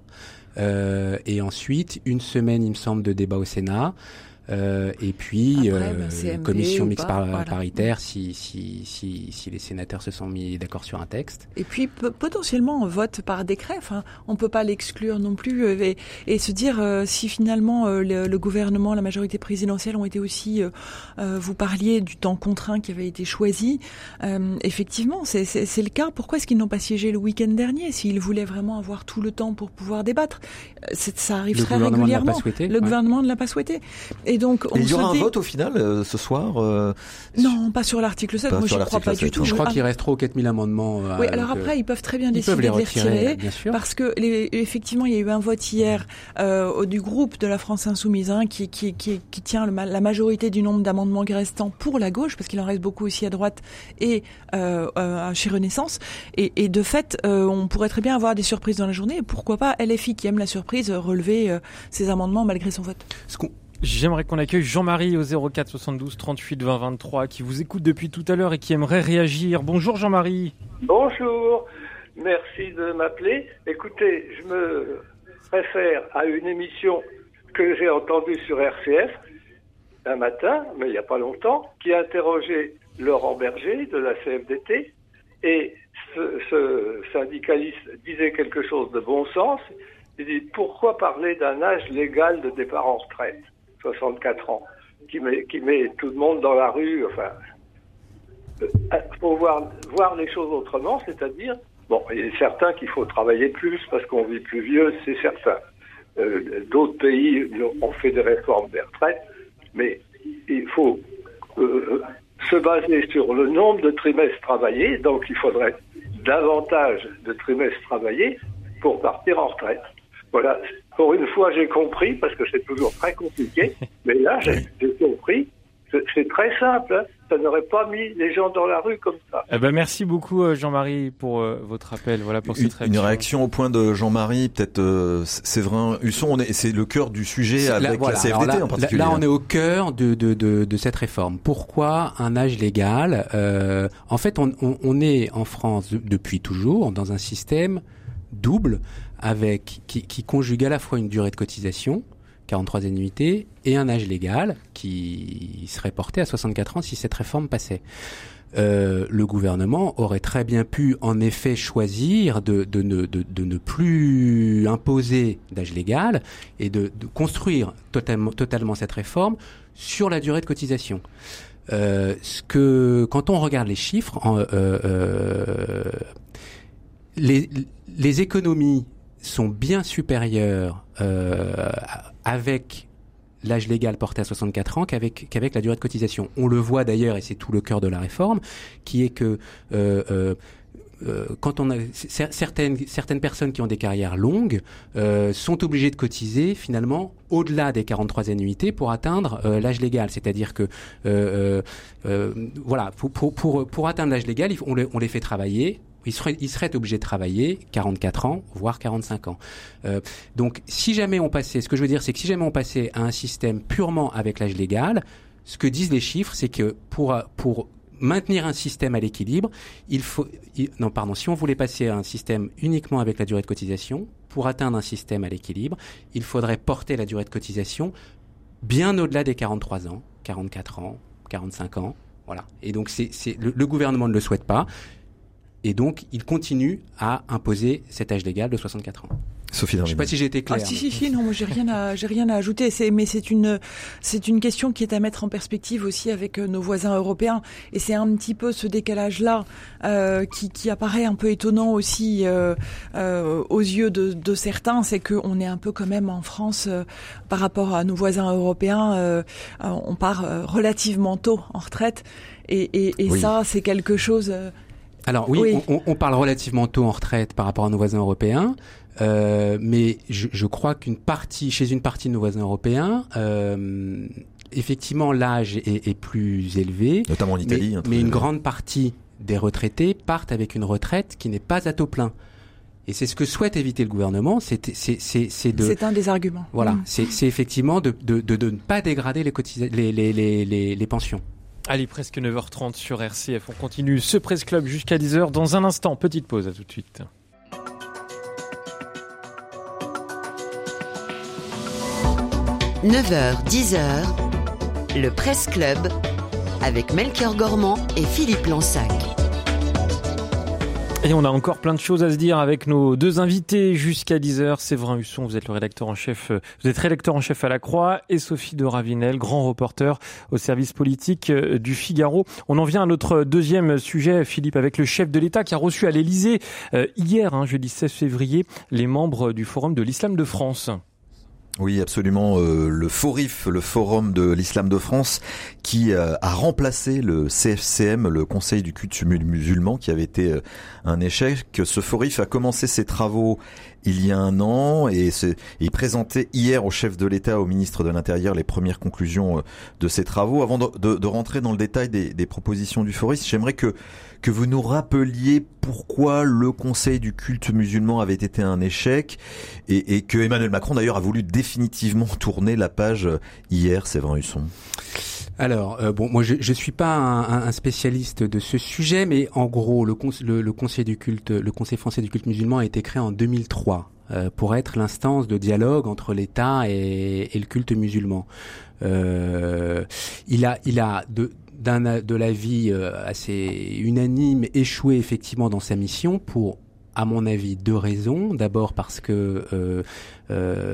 Euh, et ensuite une semaine, il me semble, de débat au Sénat. Euh, et puis Après, euh, bah, commission mixte par, voilà. paritaire si, si si si les sénateurs se sont mis d'accord sur un texte. Et puis p- potentiellement on vote par décret. Enfin, on peut pas l'exclure non plus euh, et, et se dire euh, si finalement euh, le, le gouvernement, la majorité présidentielle ont été aussi. Euh, euh, vous parliez du temps contraint qui avait été choisi. Euh, effectivement, c'est, c'est c'est le cas. Pourquoi est-ce qu'ils n'ont pas siégé le week-end dernier s'ils voulaient vraiment avoir tout le temps pour pouvoir débattre? C'est, ça arrive le très régulièrement. Ne l'a pas souhaité, le ouais. gouvernement ne l'a pas souhaité. Et donc, on Et il y aura se un vote au final euh, ce soir euh, Non, pas sur l'article sept. Moi, je ne crois pas sept, du tout. Je crois qu'il reste trois ou quatre mille amendements. Euh, oui, alors après, ils peuvent très bien ils décider les de les retirer, retirer, bien sûr. parce que les, effectivement, il y a eu un vote hier euh, du groupe de la France Insoumise hein, qui, qui, qui, qui tient le, la majorité du nombre d'amendements restants pour la gauche, parce qu'il en reste beaucoup aussi à droite et euh, euh, chez Renaissance. Et, et de fait, euh, on pourrait très bien avoir des surprises dans la journée. Et pourquoi pas L F I qui aime la surprise relever euh, ses amendements malgré son vote. Ce qu'on J'aimerais qu'on accueille Jean-Marie au zéro quatre soixante-douze trente-huit vingt vingt-trois qui vous écoute depuis tout à l'heure et qui aimerait réagir. Bonjour Jean-Marie. Bonjour, merci de m'appeler. Écoutez, je me réfère à une émission que j'ai entendue sur R C F un matin, mais il n'y a pas longtemps, qui interrogeait Laurent Berger de la C F D T et ce, ce syndicaliste disait quelque chose de bon sens. Il dit pourquoi parler d'un âge légal de départ en retraite, soixante-quatre ans, qui met, qui met tout le monde dans la rue. Enfin, il euh, faut voir, voir les choses autrement, c'est-à-dire, bon, il est certain qu'il faut travailler plus parce qu'on vit plus vieux, c'est certain. Euh, d'autres pays ont fait des réformes des retraites, mais il faut euh, se baser sur le nombre de trimestres travaillés, donc il faudrait davantage de trimestres travaillés pour partir en retraite. Voilà, pour une fois j'ai compris, parce que c'est toujours très compliqué, mais là j'ai, j'ai compris, c'est, c'est très simple, hein. Ça n'aurait pas mis les gens dans la rue comme ça. Eh ben merci beaucoup Jean-Marie pour euh, votre appel, voilà pour cette réaction. Une réaction au point de Jean-Marie, peut-être euh, Séverin Husson, on est, c'est le cœur du sujet c'est avec la, voilà, la C F D T là, en particulier. Là on est au cœur de, de, de, de cette réforme. Pourquoi un âge légal euh, En fait on, on, on est en France depuis toujours dans un système double avec qui, qui conjugue à la fois une durée de cotisation, quarante-trois annuités, et un âge légal qui serait porté à soixante-quatre ans si cette réforme passait. euh, le gouvernement aurait très bien pu en effet choisir de, de, ne, de, de ne plus imposer d'âge légal et de, de construire totalement, totalement cette réforme sur la durée de cotisation. Euh, ce que, quand on regarde les chiffres, en, euh, euh, les, les économies sont bien supérieures euh, avec l'âge légal porté à soixante-quatre ans qu'avec, qu'avec la durée de cotisation. On le voit d'ailleurs, et c'est tout le cœur de la réforme, qui est que euh, euh, euh, quand on a certaines certaines personnes qui ont des carrières longues euh, sont obligées de cotiser finalement au-delà des quarante-trois annuités pour atteindre euh, l'âge légal. C'est-à-dire que euh, euh, voilà, pour pour pour, pour atteindre l'âge légal, on les, on les fait travailler. Ils seraient, ils seraient obligés de travailler quarante-quatre ans, voire quarante-cinq ans. Euh, donc, si jamais on passait, ce que je veux dire, c'est que si jamais on passait à un système purement avec l'âge légal, ce que disent les chiffres, c'est que pour pour maintenir un système à l'équilibre, il faut, il, non, pardon, si on voulait passer à un système uniquement avec la durée de cotisation, pour atteindre un système à l'équilibre, il faudrait porter la durée de cotisation bien au-delà des quarante-trois ans, quarante-quatre ans, quarante-cinq ans, voilà. Et donc, c'est, c'est le, le gouvernement ne le souhaite pas. Et donc, il continue à imposer cet âge légal de soixante-quatre ans. Sophie Dravinel. Je sais pas si j'ai été clair. Ah, si, si, si, non, moi, j'ai rien à, j'ai rien à ajouter. C'est, mais c'est une, c'est une question qui est à mettre en perspective aussi avec nos voisins européens. Et c'est un petit peu ce décalage-là, euh, qui, qui apparaît un peu étonnant aussi, euh, euh, aux yeux de, de certains. C'est qu'on est un peu quand même en France, euh, par rapport à nos voisins européens, euh, on part relativement tôt en retraite. Et, et, et oui. Ça, c'est quelque chose, euh, Alors oui, oui. On, on parle relativement tôt en retraite par rapport à nos voisins européens, euh, mais je, je crois qu'une partie, chez une partie de nos voisins européens, euh, effectivement l'âge est, est plus élevé, notamment en Italie. Mais, hein, mais une grande partie des retraités partent avec une retraite qui n'est pas à taux plein. Et c'est ce que souhaite éviter le gouvernement, c'est, c'est, c'est, c'est de. C'est un des arguments. Voilà, mmh. c'est, c'est effectivement de, de, de, de ne pas dégrader les, cotisa- les, les, les, les, les pensions. Allez, presque neuf heures trente sur R C F. On continue ce Presse Club jusqu'à dix heures. Dans un instant, petite pause, à tout de suite. neuf heures dix heures, le Presse Club avec Melchior Gormand et Philippe Lansac. Et on a encore plein de choses à se dire avec nos deux invités jusqu'à dix heures. Séverin Husson, vous êtes le rédacteur en chef, vous êtes rédacteur en chef à La Croix, et Sophie de Ravinel, grand reporter au service politique du Figaro. On en vient à notre deuxième sujet, Philippe, avec le chef de l'État qui a reçu à l'Élysée euh, hier, hein, jeudi seize février, les membres du Forum de l'Islam de France. Oui, absolument. Euh, le FORIF, le Forum de l'Islam de France, qui euh, a remplacé le C F C M, le Conseil du culte musulman, qui avait été euh, un échec. Ce FORIF a commencé ses travaux il y a un an et, et il présentait hier au chef de l'État, au ministre de l'Intérieur, les premières conclusions euh, de ses travaux. Avant de, de, de rentrer dans le détail des, des propositions du FORIF, j'aimerais que que vous nous rappeliez pourquoi le Conseil du culte musulman avait été un échec et, et que Emmanuel Macron d'ailleurs a voulu définitivement tourner la page hier, Séverin Husson. Alors, euh, bon, moi je je suis pas un, un spécialiste de ce sujet, mais en gros, le, con, le, le Conseil du culte, le Conseil français du culte musulman a été créé en deux mille trois euh, pour être l'instance de dialogue entre l'État et, et le culte musulman. Euh, il a, il a de d'un de l'avis assez unanime échoué effectivement dans sa mission pour, à mon avis, deux raisons. D'abord parce que euh, euh,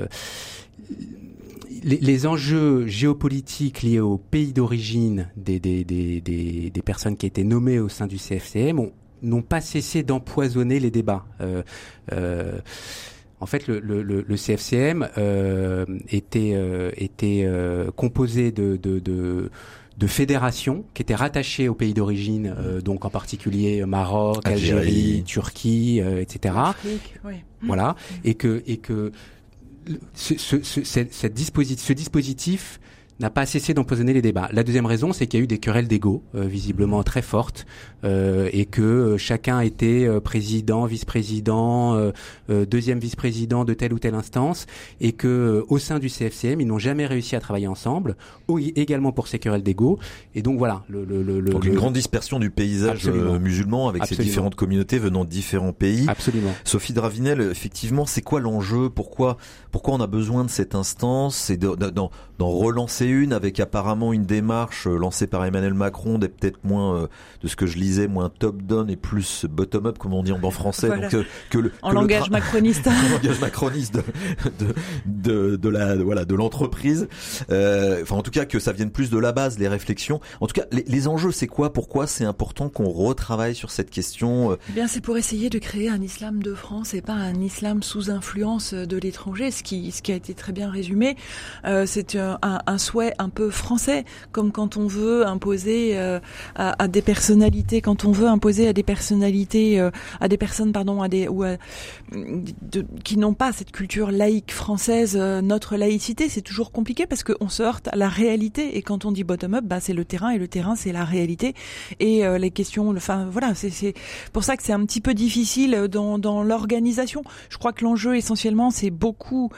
les, les enjeux géopolitiques liés au pays d'origine des, des, des, des, des personnes qui étaient nommées au sein du C F C M ont, n'ont pas cessé d'empoisonner les débats. Euh, euh, En fait, le, le, le C F C M euh, était, euh, était euh, composé de, de, de de fédérations qui étaient rattachées aux pays d'origine, euh, donc en particulier Maroc, Algérie, Algérie Turquie, euh, et cetera. Afrique, oui. Voilà, et que et que ce, ce, ce, cette dispositif, ce dispositif n'a pas cessé d'empoisonner les débats. La deuxième raison, c'est qu'il y a eu des querelles d'ego, euh, visiblement très fortes, euh, et que euh, chacun était euh, président, vice-président, euh, euh, deuxième vice-président de telle ou telle instance, et que euh, au sein du C F C M, ils n'ont jamais réussi à travailler ensemble, oui, également pour ces querelles d'ego. Et donc voilà. Le, le, le, donc une le... grande dispersion du paysage euh, musulman avec Absolument. Ces différentes communautés venant de différents pays. Absolument. Sophie de Ravinel, effectivement, c'est quoi l'enjeu ? Pourquoi, pourquoi on a besoin de cette instance ? C'est de, de, d'en, d'en relancer lancer une avec apparemment une démarche lancée par Emmanuel Macron, des peut-être moins euh, de ce que je lisais, moins top-down et plus bottom-up, comme on dit en bon français. Voilà. Donc, euh, que le, en que langage le tra- macroniste. en langage macroniste de, de, de, de la, voilà, de l'entreprise. Euh, enfin, en tout cas, que ça vienne plus de la base, les réflexions. En tout cas, les, les enjeux, c'est quoi? Pourquoi c'est important qu'on retravaille sur cette question? Eh bien, c'est pour essayer de créer un islam de France et pas un islam sous influence de l'étranger, ce qui, ce qui a été très bien résumé. Euh, c'est un, un souhait un peu français, comme quand on veut imposer euh, à, à des personnalités, quand on veut imposer à des personnalités, euh, à des personnes, pardon, à des ou à, de, qui n'ont pas cette culture laïque française, euh, notre laïcité, c'est toujours compliqué parce qu'on se heurte à la réalité. Et quand on dit bottom-up, bah c'est le terrain et le terrain c'est la réalité. Et euh, les questions, enfin voilà, c'est, c'est pour ça que c'est un petit peu difficile dans, dans l'organisation. Je crois que l'enjeu essentiellement, c'est beaucoup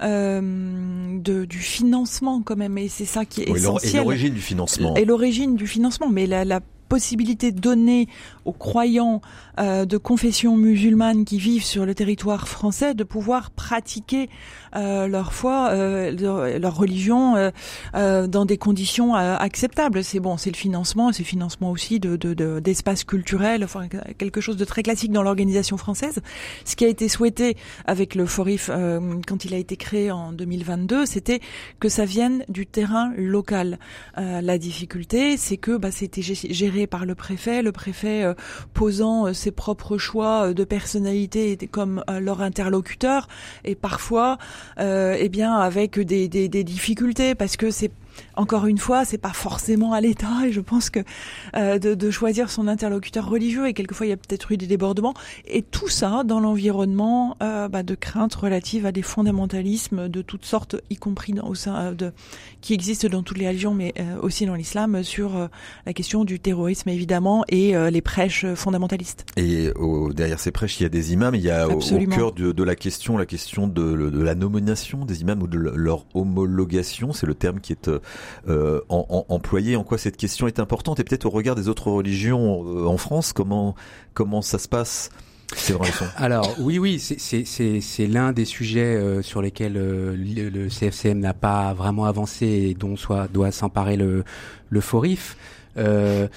euh, de, du financement quand même, et c'est ça qui est oui, essentiel. Et l'origine du financement. Et l'origine du financement, mais la, la possibilité donnée aux croyants euh, de confession musulmane qui vivent sur le territoire français de pouvoir pratiquer euh, leur foi, euh, leur, leur religion euh, euh, dans des conditions euh, acceptables. C'est bon, c'est le financement, c'est le financement aussi de, de, de d'espaces culturels, enfin quelque chose de très classique dans l'organisation française. Ce qui a été souhaité avec le Forif euh, quand il a été créé en deux mille vingt-deux, c'était que ça vienne du terrain local. Euh, la difficulté, c'est que bah, c'était géré par le préfet, le préfet euh, posant euh, ses propres choix euh, de personnalité comme euh, leur interlocuteur, et parfois, euh, eh bien, avec des, des, des difficultés, parce que c'est encore une fois, c'est pas forcément à l'État, et je pense que euh, de, de choisir son interlocuteur religieux, et quelquefois il y a peut-être eu des débordements, et tout ça dans l'environnement euh, bah, de craintes relatives à des fondamentalismes de toutes sortes, y compris dans, au sein de qui existent dans toutes les religions, mais euh, aussi dans l'islam, sur euh, la question du terrorisme évidemment, et euh, les prêches fondamentalistes. Et au, derrière ces prêches, il y a des imams, il y a au, au cœur de, de la question, la question de, de la nomination des imams ou de leur homologation, c'est le terme qui est Euh, en, en, employé. En quoi cette question est importante, et peut-être au regard des autres religions euh, en France, comment comment ça se passe? C'est vrai. Alors oui, oui, c'est c'est c'est, c'est l'un des sujets euh, sur lesquels euh, le, le C F C M n'a pas vraiment avancé et dont soit doit s'emparer le le Forif. Euh,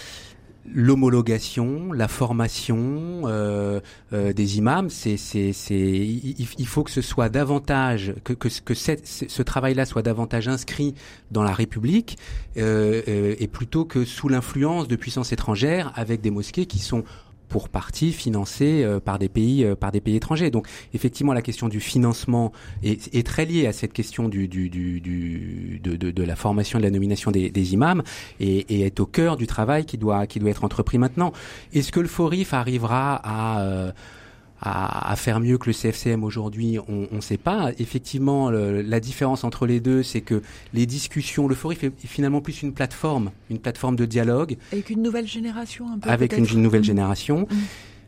L'homologation, la formation euh, euh, des imams, c'est, c'est, c'est, il, il faut que ce soit davantage, que, que, que cette, ce travail-là soit davantage inscrit dans la République, euh, euh, et plutôt que sous l'influence de puissances étrangères, avec des mosquées qui sont pour partie financées euh, par des pays euh, par des pays étrangers. Donc effectivement, la question du financement est, est très liée à cette question du du du, du de, de de la formation et de la nomination des, des imams, et, et est au cœur du travail qui doit qui doit être entrepris maintenant. Est-ce que le Forif arrivera à euh, À, à faire mieux que le C F C M aujourd'hui? On ne sait pas. Effectivement, le, la différence entre les deux, c'est que les discussions, le Forif est finalement plus une plateforme, une plateforme de dialogue. Avec une nouvelle génération, un peu. Avec peut-être. une, une nouvelle génération. Mmh.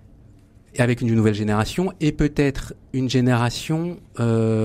Et avec une nouvelle génération, et peut-être une génération euh,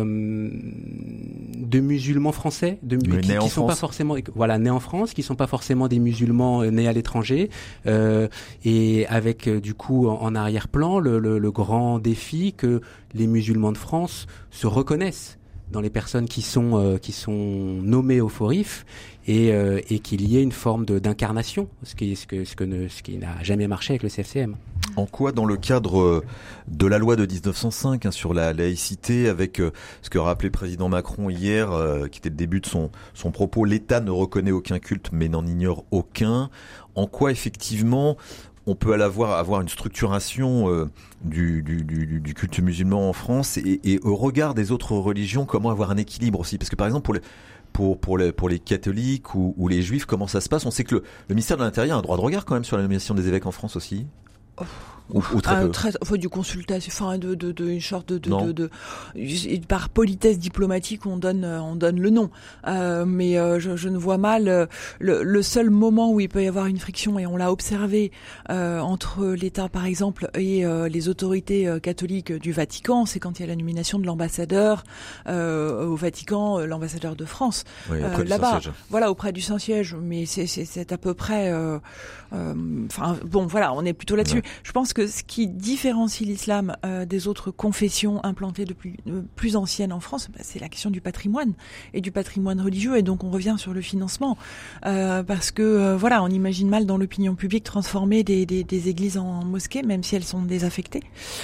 de musulmans français, de Mais qui, qui sont pas forcément, voilà, nés en France, qui sont pas forcément des musulmans euh, nés à l'étranger, euh, et avec euh, du coup en, en arrière-plan le, le, le grand défi que les musulmans de France se reconnaissent dans les personnes qui sont euh, qui sont nommées au Forif, et, euh, et qu'il y ait une forme de, d'incarnation, ce qui ce que ce que ne, ce qui n'a jamais marché avec le C F C M. En quoi, dans le cadre de la loi de dix-neuf cent cinq hein, sur la laïcité, avec euh, ce que rappelait le président Macron hier, euh, qui était le début de son son propos, l'État ne reconnaît aucun culte mais n'en ignore aucun. En quoi effectivement on peut à la voir avoir une structuration euh, du, du, du, du culte musulman en France, et, et au regard des autres religions, comment avoir un équilibre aussi? Parce que par exemple pour les Pour, pour, les, pour les catholiques ou, ou les juifs, comment ça se passe? On sait que le, le ministère de l'Intérieur a un droit de regard quand même sur la nomination des évêques en France aussi. Oh. Ou, ou très ah, peu. Très, enfin, du consultation, enfin, de, de, de, une sorte de, de, non. de, de, de, par politesse diplomatique, on donne, on donne le nom. Euh, mais euh, je, je ne vois mal euh, le, le seul moment où il peut y avoir une friction, et on l'a observé euh, entre l'État, par exemple, et euh, les autorités euh, catholiques du Vatican, c'est quand il y a la nomination de l'ambassadeur euh, au Vatican, euh, l'ambassadeur de France, oui, euh, là-bas, voilà, auprès du Saint-Siège. Mais c'est, c'est, c'est à peu près, enfin, euh, euh, bon, voilà, on est plutôt là-dessus. Ouais. Je pense que ce qui différencie l'islam euh, des autres confessions implantées depuis euh, plus anciennes en France, bah, c'est la question du patrimoine et du patrimoine religieux. Et donc on revient sur le financement, euh, parce que euh, voilà, on imagine mal dans l'opinion publique transformer des, des, des églises en mosquées, même si elles sont désaffectées.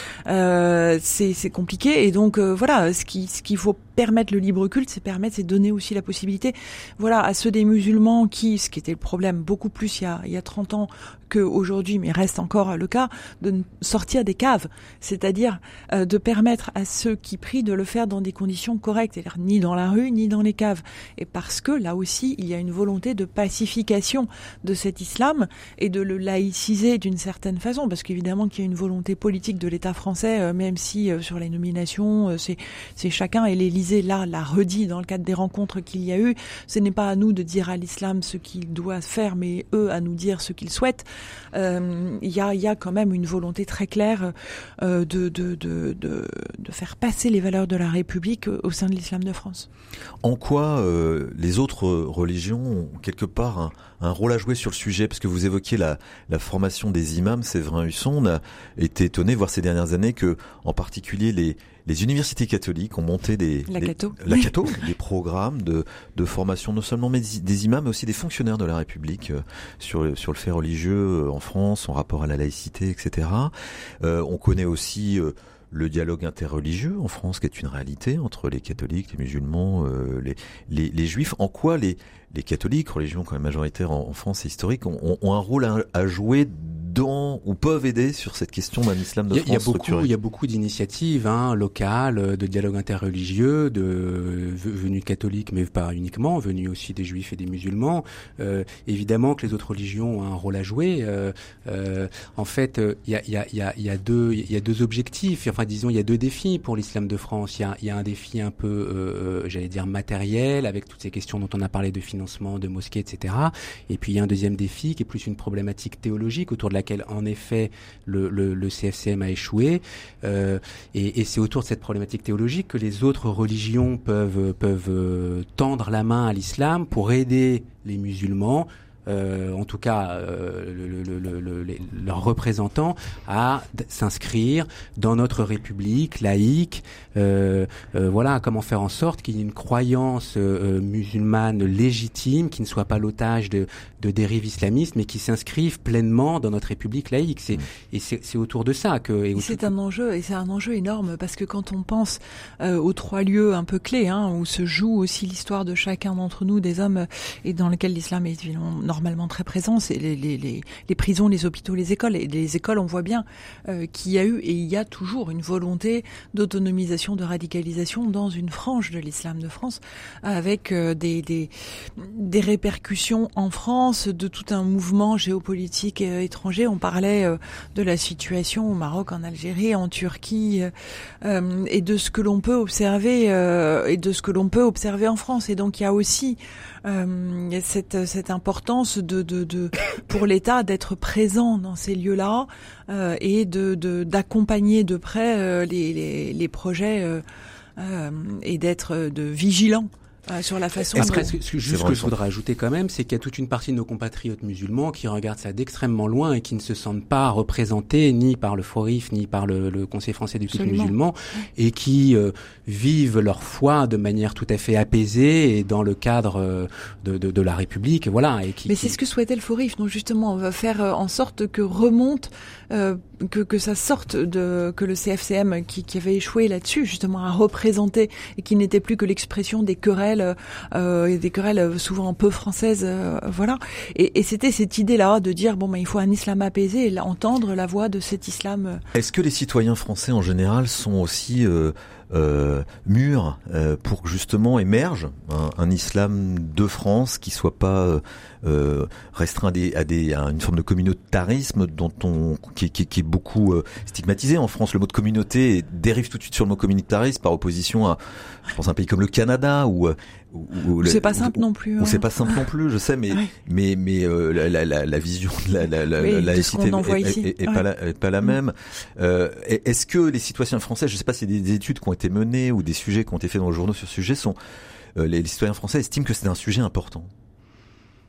Euh, c'est, c'est compliqué. Et donc euh, voilà, ce qui, ce qu'il faut permettre le libre culte, c'est permettre, c'est donner aussi la possibilité, voilà, à ceux des musulmans qui, ce qui était le problème beaucoup plus il y a, il y a trente ans qu'aujourd'hui, mais reste encore le cas, de sortir des caves, c'est-à-dire euh, de permettre à ceux qui prient de le faire dans des conditions correctes, c'est-à-dire ni dans la rue, ni dans les caves. Et parce que là aussi, il y a une volonté de pacification de cet islam et de le laïciser d'une certaine façon, parce qu'évidemment qu'il y a une volonté politique de l'État français, euh, même si euh, sur les nominations, euh, c'est, c'est chacun, et l'Élysée là l'a redit dans le cadre des rencontres qu'il y a eu, ce n'est pas à nous de dire à l'islam ce qu'il doit faire, mais eux à nous dire ce qu'ils souhaitent. Il euh, y, a, y a quand même une volonté très claire euh, de, de, de, de, de faire passer les valeurs de la République au sein de l'islam de France. En quoi euh, les autres religions ont quelque part un, un rôle à jouer sur le sujet? Parce que vous évoquiez la, la formation des imams, Séverin Husson. On a été étonné de voir ces dernières années que, en particulier, les Les universités catholiques ont monté des, la des, Cato. la Cato, des programmes de, de formation non seulement des imams, mais aussi des fonctionnaires de la République euh, sur, sur le fait religieux en France, en rapport à la laïcité, et cetera. Euh, on connaît aussi euh, le dialogue interreligieux en France, qui est une réalité entre les catholiques, les musulmans, euh, les, les, les juifs. En quoi les, les catholiques, religion quand même majoritaire en, en France et historique, ont, ont un rôle à, à jouer dans, ou peuvent aider sur cette question d'un islam de France il y a beaucoup, structuré? Il y a beaucoup d'initiatives hein, locales, de dialogue interreligieux, de venus catholiques, mais pas uniquement, venus aussi des juifs et des musulmans. Euh, évidemment que les autres religions ont un rôle à jouer. Euh, euh, en fait, il y a, il y a, il y a, il y a deux, il y a deux objectifs. Enfin, disons, il y a deux défis pour l'islam de France. Il y a, il y a un défi un peu, euh, j'allais dire matériel, avec toutes ces questions dont on a parlé de financement, de mosquées, et cetera. Et puis il y a un deuxième défi qui est plus une problématique théologique autour de la laquelle en effet le, le, le C F C M a échoué, euh, et, et c'est autour de cette problématique théologique que les autres religions peuvent peuvent tendre la main à l'islam pour aider les musulmans, euh, en tout cas euh, le, le, le, le, le, leurs représentants, à d- s'inscrire dans notre République laïque. Euh, euh, voilà, comment faire en sorte qu'il y ait une croyance euh, musulmane légitime, qui ne soit pas l'otage de, de dérives islamistes, mais qui s'inscrive pleinement dans notre République laïque. C'est, et c'est, c'est autour de ça que... Et et c'est un enjeu, et c'est un enjeu énorme, parce que quand on pense euh, aux trois lieux un peu clés, hein, où se joue aussi l'histoire de chacun d'entre nous, des hommes, et dans lesquels l'islam est évidemment normalement très présent, c'est les, les, les, les prisons, les hôpitaux, les écoles. Et les écoles, on voit bien euh, qu'il y a eu, et il y a toujours, une volonté d'autonomisation, de radicalisation dans une frange de l'islam de France, avec euh, des, des, des répercussions en France de tout un mouvement géopolitique euh, étranger. On parlait euh, de la situation au Maroc, en Algérie, en Turquie, euh, et de ce que l'on peut observer euh, et de ce que l'on peut observer en France. Et donc il y a aussi euh, cette, cette importance de, de, de pour l'État d'être présent dans ces lieux-là euh, et de, de d'accompagner de près euh, les, les, les projets euh, euh, et d'être de vigilant Euh, sur la façon. Après, dont... ce, ce, juste ce que je voudrais ajouter quand même, c'est qu'il y a toute une partie de nos compatriotes musulmans qui regardent ça d'extrêmement loin et qui ne se sentent pas représentés ni par le FORIF ni par le, le Conseil français du culte musulman, et qui euh, vivent leur foi de manière tout à fait apaisée et dans le cadre euh, de, de, de la République, voilà. Et qui, Mais qui... c'est ce que souhaitait le FORIF. Donc justement, on va faire en sorte que remonte, euh, que, que ça sorte de, que le C F C M qui, qui avait échoué là-dessus, justement, à représenter, et qui n'était plus que l'expression des querelles. Euh, des querelles souvent peu françaises, euh, voilà. Et, et c'était cette idée-là de dire bon, ben il faut un islam apaisé et entendre la voix de cet islam. Est-ce que les citoyens français en général sont aussi euh, euh, mûrs euh, pour que justement émerge un, un islam de France qui soit pas euh, restreint à, des, à, des, à une forme de communautarisme dont on qui, qui, qui est beaucoup euh, stigmatisé en France. Le mot de communauté dérive tout de suite sur le mot communautarisme par opposition à, je pense, un pays comme le Canada où Ou, ou c'est pas simple ou, non plus. Ou hein. c'est pas simple non plus, je sais, mais oui. mais mais euh, la, la, la, la vision de la, la, la, oui, la laïcité est, est, est, est ouais. pas la, est pas la mmh. même. Euh, est-ce que les citoyens français, je sais pas si des, des études qui ont été menées ou des sujets qui ont été faits dans les journaux sur ce sujet, sont euh, les, les citoyens français estiment que c'est un sujet important?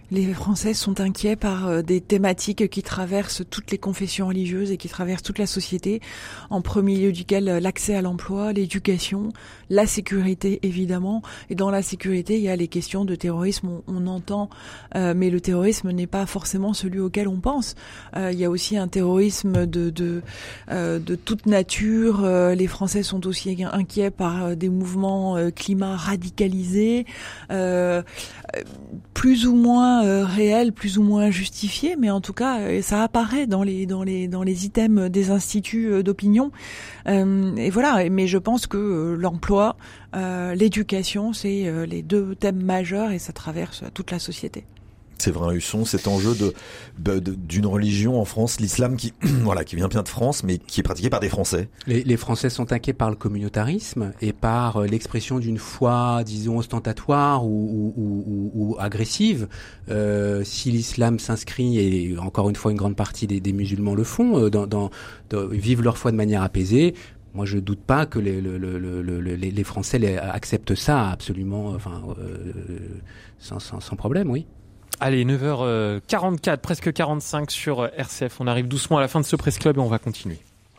Les Français sont inquiets par euh, des thématiques qui traversent toutes les confessions religieuses et qui traversent toute la société, en premier lieu duquel euh, l'accès à l'emploi, l'éducation, la sécurité évidemment. Et dans la sécurité, il y a les questions de terrorisme, on, on entend, euh, mais le terrorisme n'est pas forcément celui auquel on pense. Euh, il y a aussi un terrorisme de de, euh, de toute nature. Euh, les Français sont aussi inquiets par euh, des mouvements euh, climat radicalisés, euh, plus ou moins Euh, réel, plus ou moins justifié, mais en tout cas, euh, ça apparaît dans les dans les dans les items des instituts euh, d'opinion. Euh, et voilà. Mais je pense que euh, l'emploi, euh, l'éducation, c'est euh, les deux thèmes majeurs et ça traverse toute la société. Séverin Husson, cet enjeu de, de, de d'une religion en France, l'islam qui voilà qui vient bien de France, mais qui est pratiqué par des Français. Les, les Français sont inquiets par le communautarisme et par euh, l'expression d'une foi, disons, ostentatoire ou, ou, ou, ou agressive. Euh, si l'islam s'inscrit, et encore une fois une grande partie des, des musulmans le font, euh, dans, dans, dans, vivent leur foi de manière apaisée. Moi, je doute pas que les, le, le, le, le, les, les Français les, acceptent ça absolument, enfin, euh, sans, sans, sans problème, oui. Allez, neuf heures quarante-quatre, presque quarante-cinq sur R C F. On arrive doucement à la fin de ce Presse Club et on va continuer.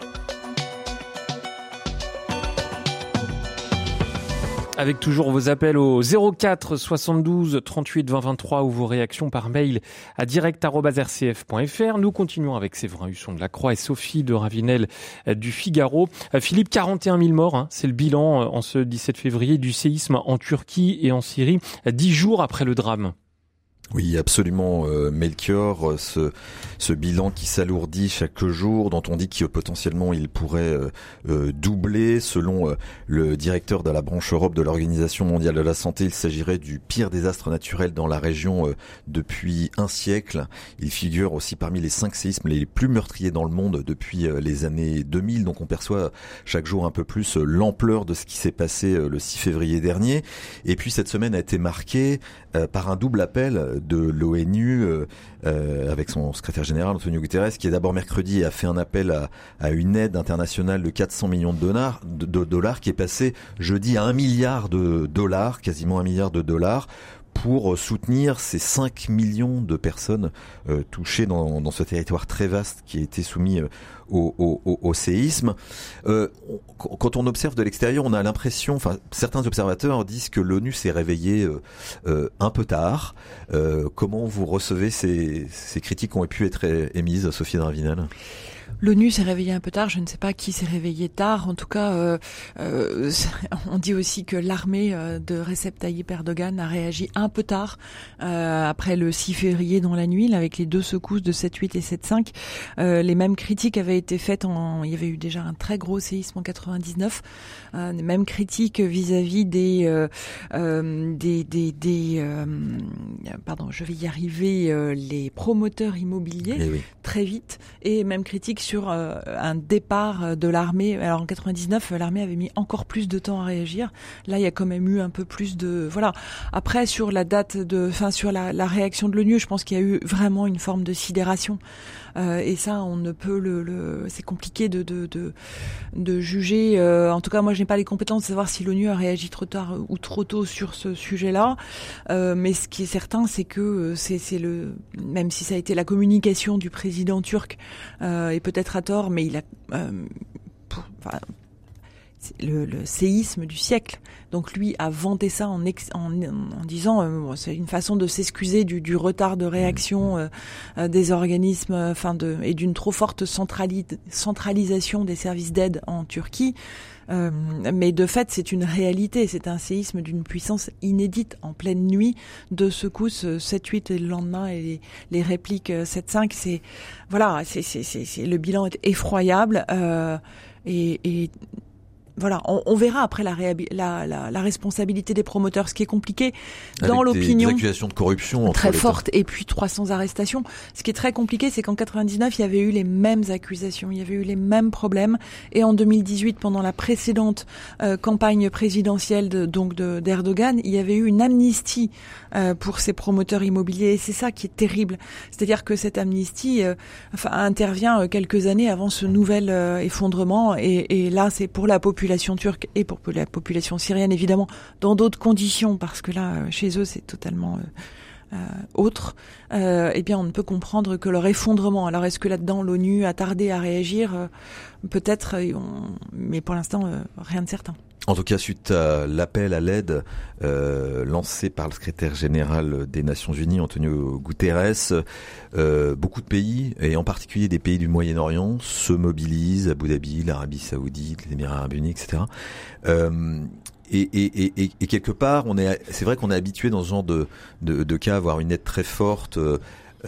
Avec toujours vos appels au zéro quatre soixante-douze trente-huit vingt vingt-trois ou vos réactions par mail à direct arobase r c f point f r. Nous continuons avec Séverin Husson de la Croix et Sophie de Ravinel du Figaro. Philippe, quarante et un mille morts, hein, c'est le bilan en ce dix-sept février du séisme en Turquie et en Syrie, dix jours après le drame. Oui, absolument, euh, Melchior, ce, ce bilan qui s'alourdit chaque jour, dont on dit que potentiellement il pourrait euh, euh, doubler. Selon euh, le directeur de la branche Europe de l'Organisation mondiale de la santé, il s'agirait du pire désastre naturel dans la région euh, depuis un siècle. Il figure aussi parmi les cinq séismes les plus meurtriers dans le monde depuis euh, les années deux mille. Donc on perçoit chaque jour un peu plus euh, l'ampleur de ce qui s'est passé euh, le six février dernier. Et puis cette semaine a été marquée euh, par un double appel de l'ONU euh, euh, avec son secrétaire général Antonio Guterres, qui est d'abord mercredi a fait un appel à, à une aide internationale de quatre cents millions de dollars, de, de dollars qui est passé jeudi à un milliard de dollars, quasiment un milliard de dollars, pour soutenir ces cinq millions de personnes euh, touchées dans, dans ce territoire très vaste qui a été soumis euh, au, au, au séisme. Euh, on, quand on observe de l'extérieur, on a l'impression, enfin certains observateurs disent que l'ONU s'est réveillée euh, euh, un peu tard. Euh, comment vous recevez ces, ces critiques qui ont pu être émises, Sophie de Ravinel ? L'ONU s'est réveillée un peu tard, je ne sais pas qui s'est réveillé tard. En tout cas, euh, euh, on dit aussi que l'armée de Recep Tayyip Erdogan a réagi un peu tard, euh, après le six février dans la nuit, là, avec les deux secousses de sept huit et sept cinq. Euh, les mêmes critiques avaient été faites, en, il y avait eu déjà un très gros séisme en quatre-vingt-dix-neuf, euh, les mêmes critiques vis-à-vis des, euh, euh, des, des, des euh, pardon, je vais y arriver, euh, les promoteurs immobiliers, eh oui. très vite, et même critiques sur euh, un départ de l'armée. Alors en quatre-vingt-dix-neuf, l'armée avait mis encore plus de temps à réagir. Là, il y a quand même eu un peu plus de voilà. Après, sur la date de, enfin sur la, la réaction de l'ONU, je pense qu'il y a eu vraiment une forme de sidération. Euh, et ça, on ne peut le, le c'est compliqué de de de, de juger. Euh, en tout cas, moi, je n'ai pas les compétences de savoir si l'ONU a réagi trop tard ou trop tôt sur ce sujet-là. Euh, mais ce qui est certain, c'est que c'est c'est le même si ça a été la communication du président turc euh, et peut-être à tort, mais il a euh, pour, enfin, le, le séisme du siècle. Donc lui a vanté ça en, ex, en, en disant euh, bon, c'est une façon de s'excuser du, du retard de réaction euh, euh, des organismes, enfin de et d'une trop forte centrali- centralisation des services d'aide en Turquie. Euh, mais de fait, c'est une réalité. C'est un séisme d'une puissance inédite en pleine nuit, deux secousses sept huit et le lendemain et les, les répliques sept cinq. C'est voilà, c'est, c'est, c'est, c'est le bilan est effroyable euh, et, et voilà, on, on verra après la, réhabi- la, la, la responsabilité des promoteurs, ce qui est compliqué dans Avec l'opinion. Des accusations de corruption très entre fortes et puis trois cents arrestations. Ce qui est très compliqué, c'est qu'en quatre-vingt-dix-neuf, il y avait eu les mêmes accusations, il y avait eu les mêmes problèmes. Et en deux mille dix-huit, pendant la précédente euh, campagne présidentielle de, donc de, d'Erdogan, il y avait eu une amnistie euh, pour ces promoteurs immobiliers. Et c'est ça qui est terrible. C'est-à-dire que cette amnistie euh, enfin, intervient euh, quelques années avant ce nouvel euh, effondrement. Et, et là, c'est pour la population turque et pour la population syrienne, évidemment, dans d'autres conditions, parce que là, chez eux, c'est totalement... Euh, euh, autres, euh, eh bien on ne peut comprendre que leur effondrement. Alors est-ce que là-dedans l'ONU a tardé à réagir ? euh, Peut-être, on... mais pour l'instant euh, rien de certain. En tout cas, suite à l'appel à l'aide euh, lancé par le secrétaire général des Nations Unies, Antonio Guterres, euh, beaucoup de pays, et en particulier des pays du Moyen-Orient, se mobilisent, Abu Dhabi, l'Arabie Saoudite, les Émirats Arabes Unis, et cetera. Euh, et, et, et, et quelque part, on est, c'est vrai qu'on est habitué dans ce genre de, de, de cas à avoir une aide très forte. Euh,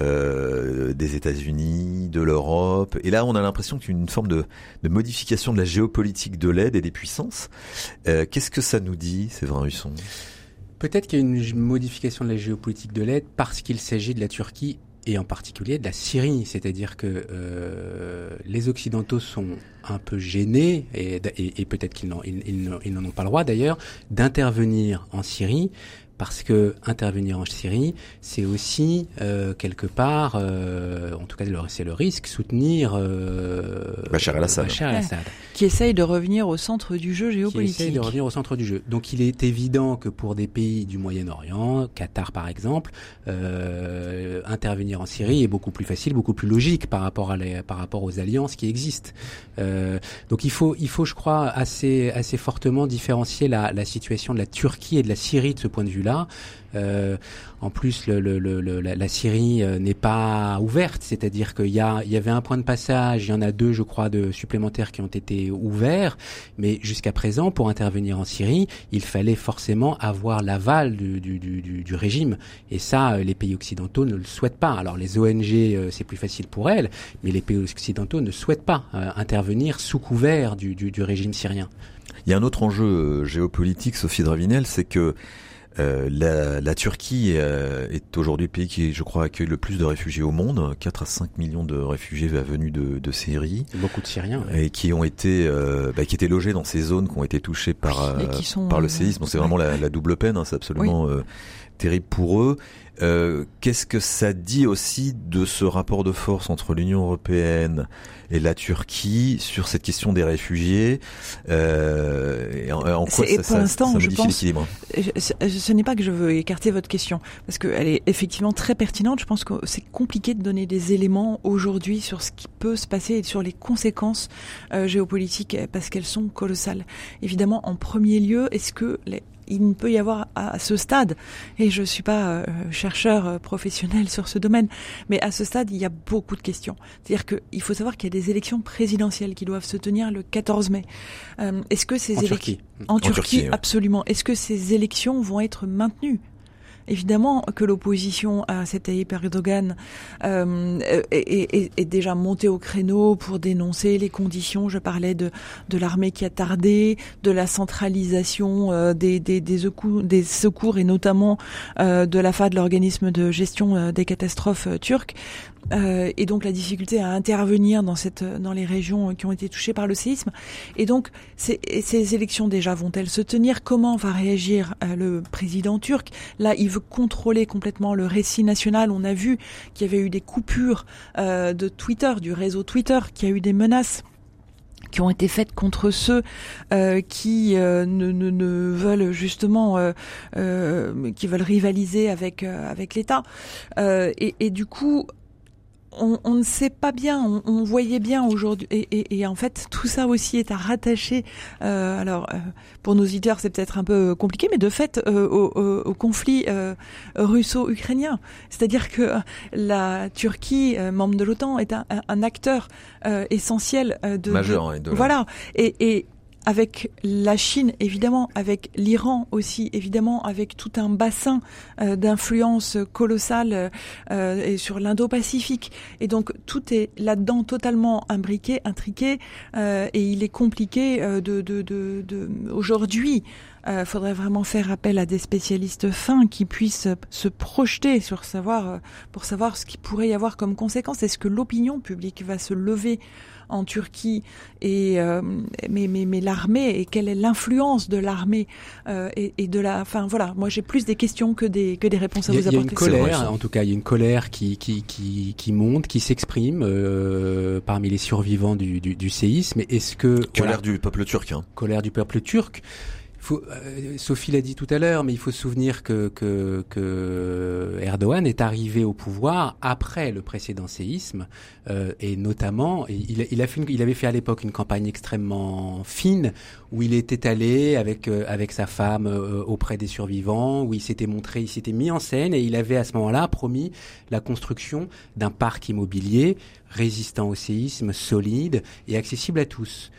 Euh, des États-Unis, de l'Europe, et là on a l'impression qu'il y a une forme de, de modification de la géopolitique de l'aide et des puissances. Euh, qu'est-ce que ça nous dit, Séverin Husson ? Peut-être qu'il y a une modification de la géopolitique de l'aide parce qu'il s'agit de la Turquie et en particulier de la Syrie, c'est-à-dire que euh, les Occidentaux sont un peu gênés et, et, et peut-être qu'ils n'en, ils, ils, ils n'en ont pas le droit d'ailleurs d'intervenir en Syrie. Parce que intervenir en Syrie, c'est aussi euh, quelque part, euh, en tout cas c'est le risque, soutenir euh, Bachar el-Assad, Bachar el-Assad. Ouais. Qui essaye de revenir au centre du jeu géopolitique. Qui essaye de revenir au centre du jeu. Donc il est évident que pour des pays du Moyen-Orient, Qatar par exemple, euh, intervenir en Syrie est beaucoup plus facile, beaucoup plus logique par rapport à les, par rapport aux alliances qui existent. Euh, donc il faut, il faut, je crois, assez, assez fortement différencier la, la situation de la Turquie et de la Syrie de ce point de vue-là. Euh, en plus, le, le, le, la, la Syrie euh, n'est pas ouverte, c'est-à-dire qu'il y a, il y avait un point de passage, il y en a deux, je crois, de supplémentaires qui ont été ouverts, mais jusqu'à présent, pour intervenir en Syrie, il fallait forcément avoir l'aval du, du, du, du régime, et ça, les pays occidentaux ne le souhaitent pas. Alors les O N G, euh, c'est plus facile pour elles, mais les pays occidentaux ne souhaitent pas euh, intervenir sous couvert du, du, du régime syrien. Il y a un autre enjeu euh, géopolitique, Sophie Dravinel, c'est que Euh, la, la Turquie euh, est aujourd'hui le pays qui, je crois, accueille le plus de réfugiés au monde, quatre à cinq millions de réfugiés venus de, de Syrie. Beaucoup de Syriens. Ouais. Et qui ont été, euh, bah, qui étaient logés dans ces zones qui ont été touchées par, euh, sont, par le euh, séisme. C'est ouais. vraiment la, la double peine, hein, c'est absolument oui. euh, terrible pour eux. Euh, qu'est-ce que ça dit aussi de ce rapport de force entre l'Union européenne et la Turquie sur cette question des réfugiés euh, et en, en quoi ça, ça, ça modifie pense, l'équilibre? Ce, ce n'est pas que je veux écarter votre question, parce qu'elle est effectivement très pertinente. Je pense que c'est compliqué de donner des éléments aujourd'hui sur ce qui peut se passer et sur les conséquences euh, géopolitiques, parce qu'elles sont colossales. Évidemment, en premier lieu, est-ce que les il ne peut y avoir à ce stade, et je suis pas euh, chercheur euh, professionnel sur ce domaine, mais à ce stade, il y a beaucoup de questions. C'est-à-dire qu'il faut savoir qu'il y a des élections présidentielles qui doivent se tenir le quatorze mai. Euh, est-ce que ces élections... En, en Turquie, Turquie ouais. Absolument. Est-ce que ces élections vont être maintenues ? Évidemment que l'opposition à Recep Tayyip Erdogan euh, est, est, est déjà montée au créneau pour dénoncer les conditions. Je parlais de, de l'armée qui a tardé, de la centralisation euh, des, des, des, secours, des secours et notamment euh, de l'A F A D, l'organisme de gestion euh, des catastrophes euh, turques. Euh, et donc la difficulté à intervenir dans cette dans les régions qui ont été touchées par le séisme. Et donc ces, ces élections déjà vont-elles se tenir ? Comment va réagir euh, le président turc ? Là, il veut contrôler complètement le récit national. On a vu qu'il y avait eu des coupures euh, de Twitter, du réseau Twitter, qu'il y a eu des menaces qui ont été faites contre ceux euh, qui euh, ne, ne, ne veulent justement euh, euh, qui veulent rivaliser avec euh, avec l'État. Euh, et, et du coup, On, on ne sait pas bien, on, on voyait bien aujourd'hui, et, et, et en fait tout ça aussi est à rattacher. Euh, alors euh, pour nos auditeurs c'est peut-être un peu compliqué, mais de fait euh, au, au, au conflit euh, russo-ukrainien, c'est-à-dire que la Turquie, euh, membre de l'OTAN, est un, un acteur euh, essentiel euh, de majeur, de, et de voilà et, et avec la Chine, évidemment, avec l'Iran aussi, évidemment, avec tout un bassin euh, d'influence colossale euh, et sur l'Indo-Pacifique. Et donc, tout est là-dedans totalement imbriqué, intriqué, euh, et il est compliqué euh, de, de, de, de... Aujourd'hui, il euh, faudrait vraiment faire appel à des spécialistes fins qui puissent se projeter sur savoir, pour savoir ce qu'il pourrait y avoir comme conséquence. Est-ce que l'opinion publique va se lever en Turquie et euh, mais mais mais l'armée, et quelle est l'influence de l'armée euh, et, et de la enfin voilà, moi j'ai plus des questions que des que des réponses à vous apporter. Il y a une colère, en tout cas il y a une colère qui qui qui qui monte, qui s'exprime euh, parmi les survivants du du, du séisme. Est-ce que colère voilà, du peuple turc hein. Colère du peuple turc. faut, euh, Sophie l'a dit tout à l'heure, mais il faut se souvenir que, que, que Erdogan est arrivé au pouvoir après le précédent séisme, euh, et notamment, il, il, a fait une, il avait fait à l'époque une campagne extrêmement fine où il était allé avec euh, avec sa femme euh, auprès des survivants, où il s'était montré, il s'était mis en scène et il avait à ce moment-là promis la construction d'un parc immobilier résistant au séisme, solide et accessible à tous.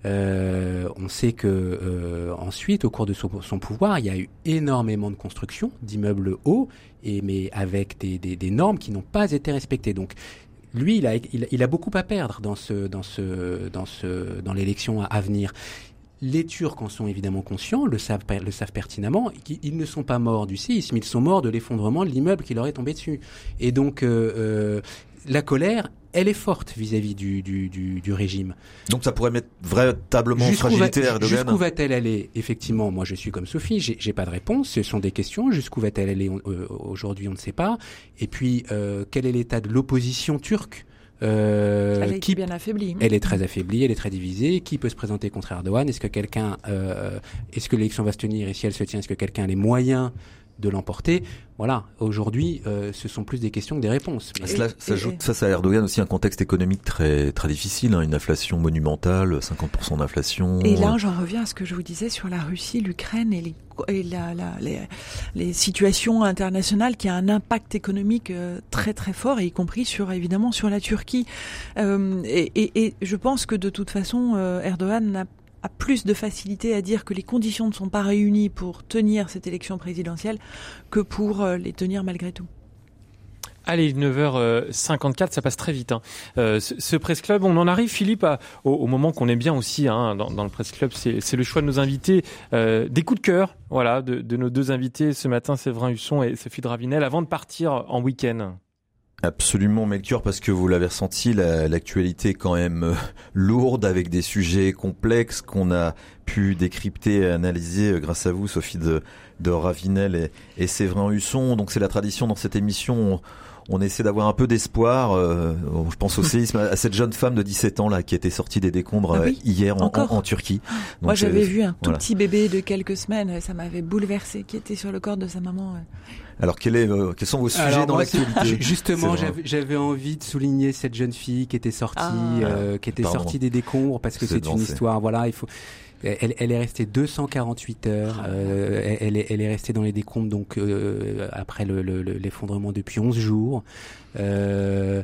Euh, on sait que euh, ensuite, au cours de son, son pouvoir, il y a eu énormément de constructions d'immeubles hauts, et mais avec des, des, des normes qui n'ont pas été respectées. Donc, lui, il a, il, il a beaucoup à perdre dans ce, dans ce, dans ce, dans l'élection à, à venir. Les Turcs en sont évidemment conscients, le savent, le savent pertinemment. Ils ne sont pas morts du séisme, ils sont morts de l'effondrement de l'immeuble qui leur est tombé dessus. Et donc, euh, euh, la colère, elle est forte vis-à-vis du, du, du, du régime. Donc ça pourrait mettre véritablement en fragilité Erdogan. Jusqu'où va-t-elle aller? Effectivement, moi je suis comme Sophie, j'ai, j'ai pas de réponse, ce sont des questions. Jusqu'où va-t-elle aller euh, aujourd'hui, on ne sait pas. Et puis, euh, quel est l'état de l'opposition turque? Euh, elle est qui, bien affaiblie. Elle est très affaiblie, elle est très divisée. Qui peut se présenter contre Erdogan? Est-ce que quelqu'un, euh, est-ce que l'élection va se tenir? Et si elle se tient, est-ce que quelqu'un a les moyens de l'emporter? Voilà, aujourd'hui, euh, ce sont plus des questions que des réponses. Mais cela s'ajoute face à Erdogan aussi un contexte économique très très difficile, hein, une inflation monumentale, cinquante pour cent d'inflation. Et là, j'en reviens à ce que je vous disais sur la Russie, l'Ukraine et les et la, la, les, les situations internationales qui a un impact économique euh, très très fort, et y compris sur évidemment sur la Turquie. Euh, et, et, et je pense que de toute façon, euh, Erdogan n'a a plus de facilité à dire que les conditions ne sont pas réunies pour tenir cette élection présidentielle que pour euh, les tenir malgré tout. Allez, neuf heures cinquante-quatre, ça passe très vite. Hein. Euh, ce, ce Presse Club, on en arrive, Philippe, à, au, au moment qu'on aime bien aussi hein, dans, dans le Presse Club, c'est, c'est le choix de nos invités, euh, des coups de cœur, voilà, de, de nos deux invités ce matin, Séverin Husson et Sophie Dravinel, avant de partir en week-end. Absolument, Melchior, parce que vous l'avez ressenti, la, l'actualité est quand même euh, lourde, avec des sujets complexes qu'on a pu décrypter et analyser euh, grâce à vous, Sophie de, de Ravinel et, et Séverin Husson. Donc c'est la tradition dans cette émission. On, on essaie d'avoir un peu d'espoir. Euh, je pense au séisme, à cette jeune femme de dix-sept ans là qui était sortie des décombres ah oui, hier en, en, en Turquie. Donc, moi j'avais euh, vu un tout voilà. petit bébé de quelques semaines, ça m'avait bouleversé, qui était sur le corps de sa maman. Alors quel est, euh, quels sont vos sujets Alors, dans moi, l'actualité? Justement, j'avais, j'avais envie de souligner cette jeune fille qui était sortie, ah, euh, qui était Pardon. sortie des décombres, parce que c'est, c'est une histoire. Voilà, il faut. Elle, elle est restée deux cent quarante-huit heures. Euh, elle, est, elle est restée dans les décombres donc euh, après le, le, l'effondrement depuis onze jours. Euh,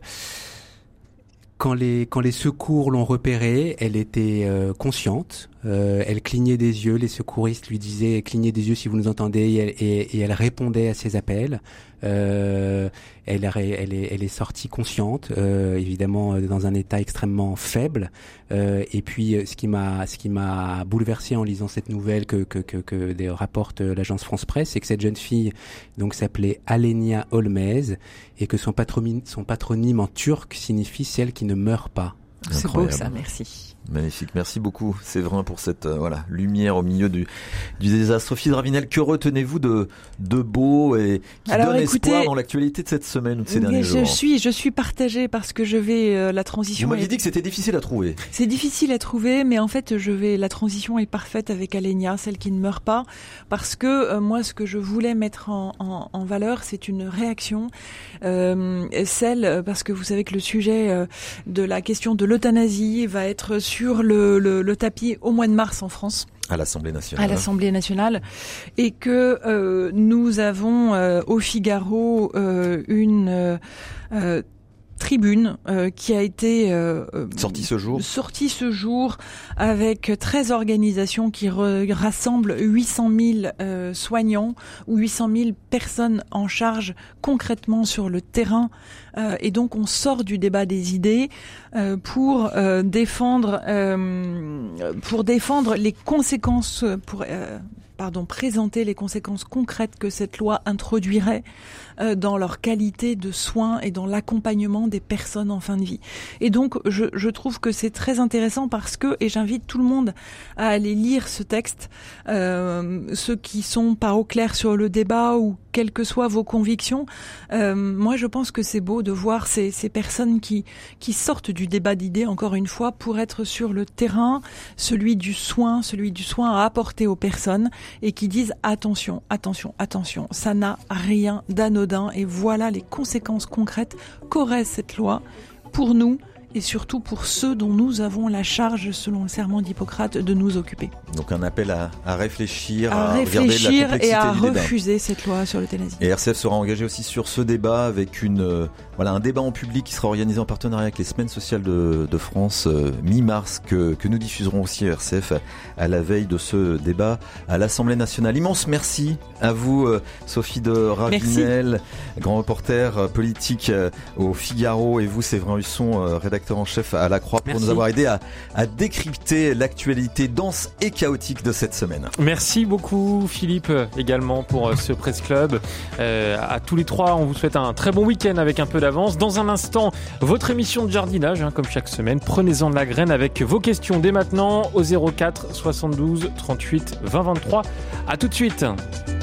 Quand les quand les secours l'ont repérée, elle était euh, consciente. Euh, elle clignait des yeux. Les secouristes lui disaient clignez des yeux si vous nous entendez, et elle, et, et elle répondait à ces appels. Euh, elle, elle est elle est sortie consciente, euh, évidemment dans un état extrêmement faible. Euh, et puis ce qui m'a ce qui m'a bouleversé en lisant cette nouvelle que que que, que des rapporte l'agence France Presse, c'est que cette jeune fille donc s'appelait Alenia Olmez et que son patronyme son patronyme en turc signifie celle qui ne meurt pas. C'est beau ça, merci. Magnifique, merci beaucoup Séverin pour cette euh, voilà lumière au milieu du du désastre. Sophie Dravinel, que retenez-vous de de beau et qui Alors, donne écoutez, espoir dans l'actualité de cette semaine ou de ces derniers je jours? Je suis je suis partagée parce que je vais euh, la transition. Vous m'aviez est... dit que c'était difficile à trouver. C'est difficile à trouver, mais en fait je vais la transition est parfaite avec Alenia, celle qui ne meurt pas, parce que euh, moi ce que je voulais mettre en, en, en valeur, c'est une réaction, euh, celle parce que vous savez que le sujet euh, de la question de l'euthanasie va être sur le, le le tapis au mois de mars en France. À l'Assemblée nationale. À l'Assemblée nationale, et que euh, nous avons euh, au Figaro euh, une euh, euh, tribune euh, qui a été euh, sortie ce jour. Sortie ce jour avec treize organisations qui re- rassemblent huit cent mille euh, soignants ou huit cent mille personnes en charge concrètement sur le terrain. Euh, et donc on sort du débat des idées euh, pour euh, défendre euh, pour défendre les conséquences pour euh, pardon, présenter les conséquences concrètes que cette loi introduirait euh, dans leur qualité de soins et dans l'accompagnement des personnes en fin de vie. Et donc, je, je trouve que c'est très intéressant parce que, et j'invite tout le monde à aller lire ce texte, euh, ceux qui sont pas au clair sur le débat ou quelles que soient vos convictions. Euh, moi, je pense que c'est beau de voir ces, ces personnes qui, qui sortent du débat d'idées, encore une fois, pour être sur le terrain, celui du soin, celui du soin à apporter aux personnes, et qui disent attention, attention, attention, ça n'a rien d'anodin, et voilà les conséquences concrètes qu'aurait cette loi pour nous, et surtout pour ceux dont nous avons la charge, selon le serment d'Hippocrate, de nous occuper. Donc un appel à, à réfléchir, à, à réfléchir regarder la complexité et à du débat. refuser cette loi sur l'euthanasie. Et R C F sera engagé aussi sur ce débat avec une, euh, voilà, un débat en public qui sera organisé en partenariat avec les Semaines sociales de, de France, euh, mi-mars, que, que nous diffuserons aussi à R C F à la veille de ce débat à l'Assemblée nationale. Immense merci à vous, euh, Sophie de Ravinel, merci. Grand reporter euh, politique euh, au Figaro, et vous, Séverin Husson, euh, rédacteur en chef à La Croix, pour merci. Nous avoir aidé à, à décrypter l'actualité dense et chaotique de cette semaine. Merci beaucoup Philippe également pour ce Presse Club. Euh, à tous les trois, on vous souhaite un très bon week-end avec un peu d'avance. Dans un instant, votre émission de jardinage, hein, comme chaque semaine. Prenez-en de la graine avec vos questions dès maintenant au zéro quatre soixante-douze trente-huit vingt vingt-trois. À tout de suite.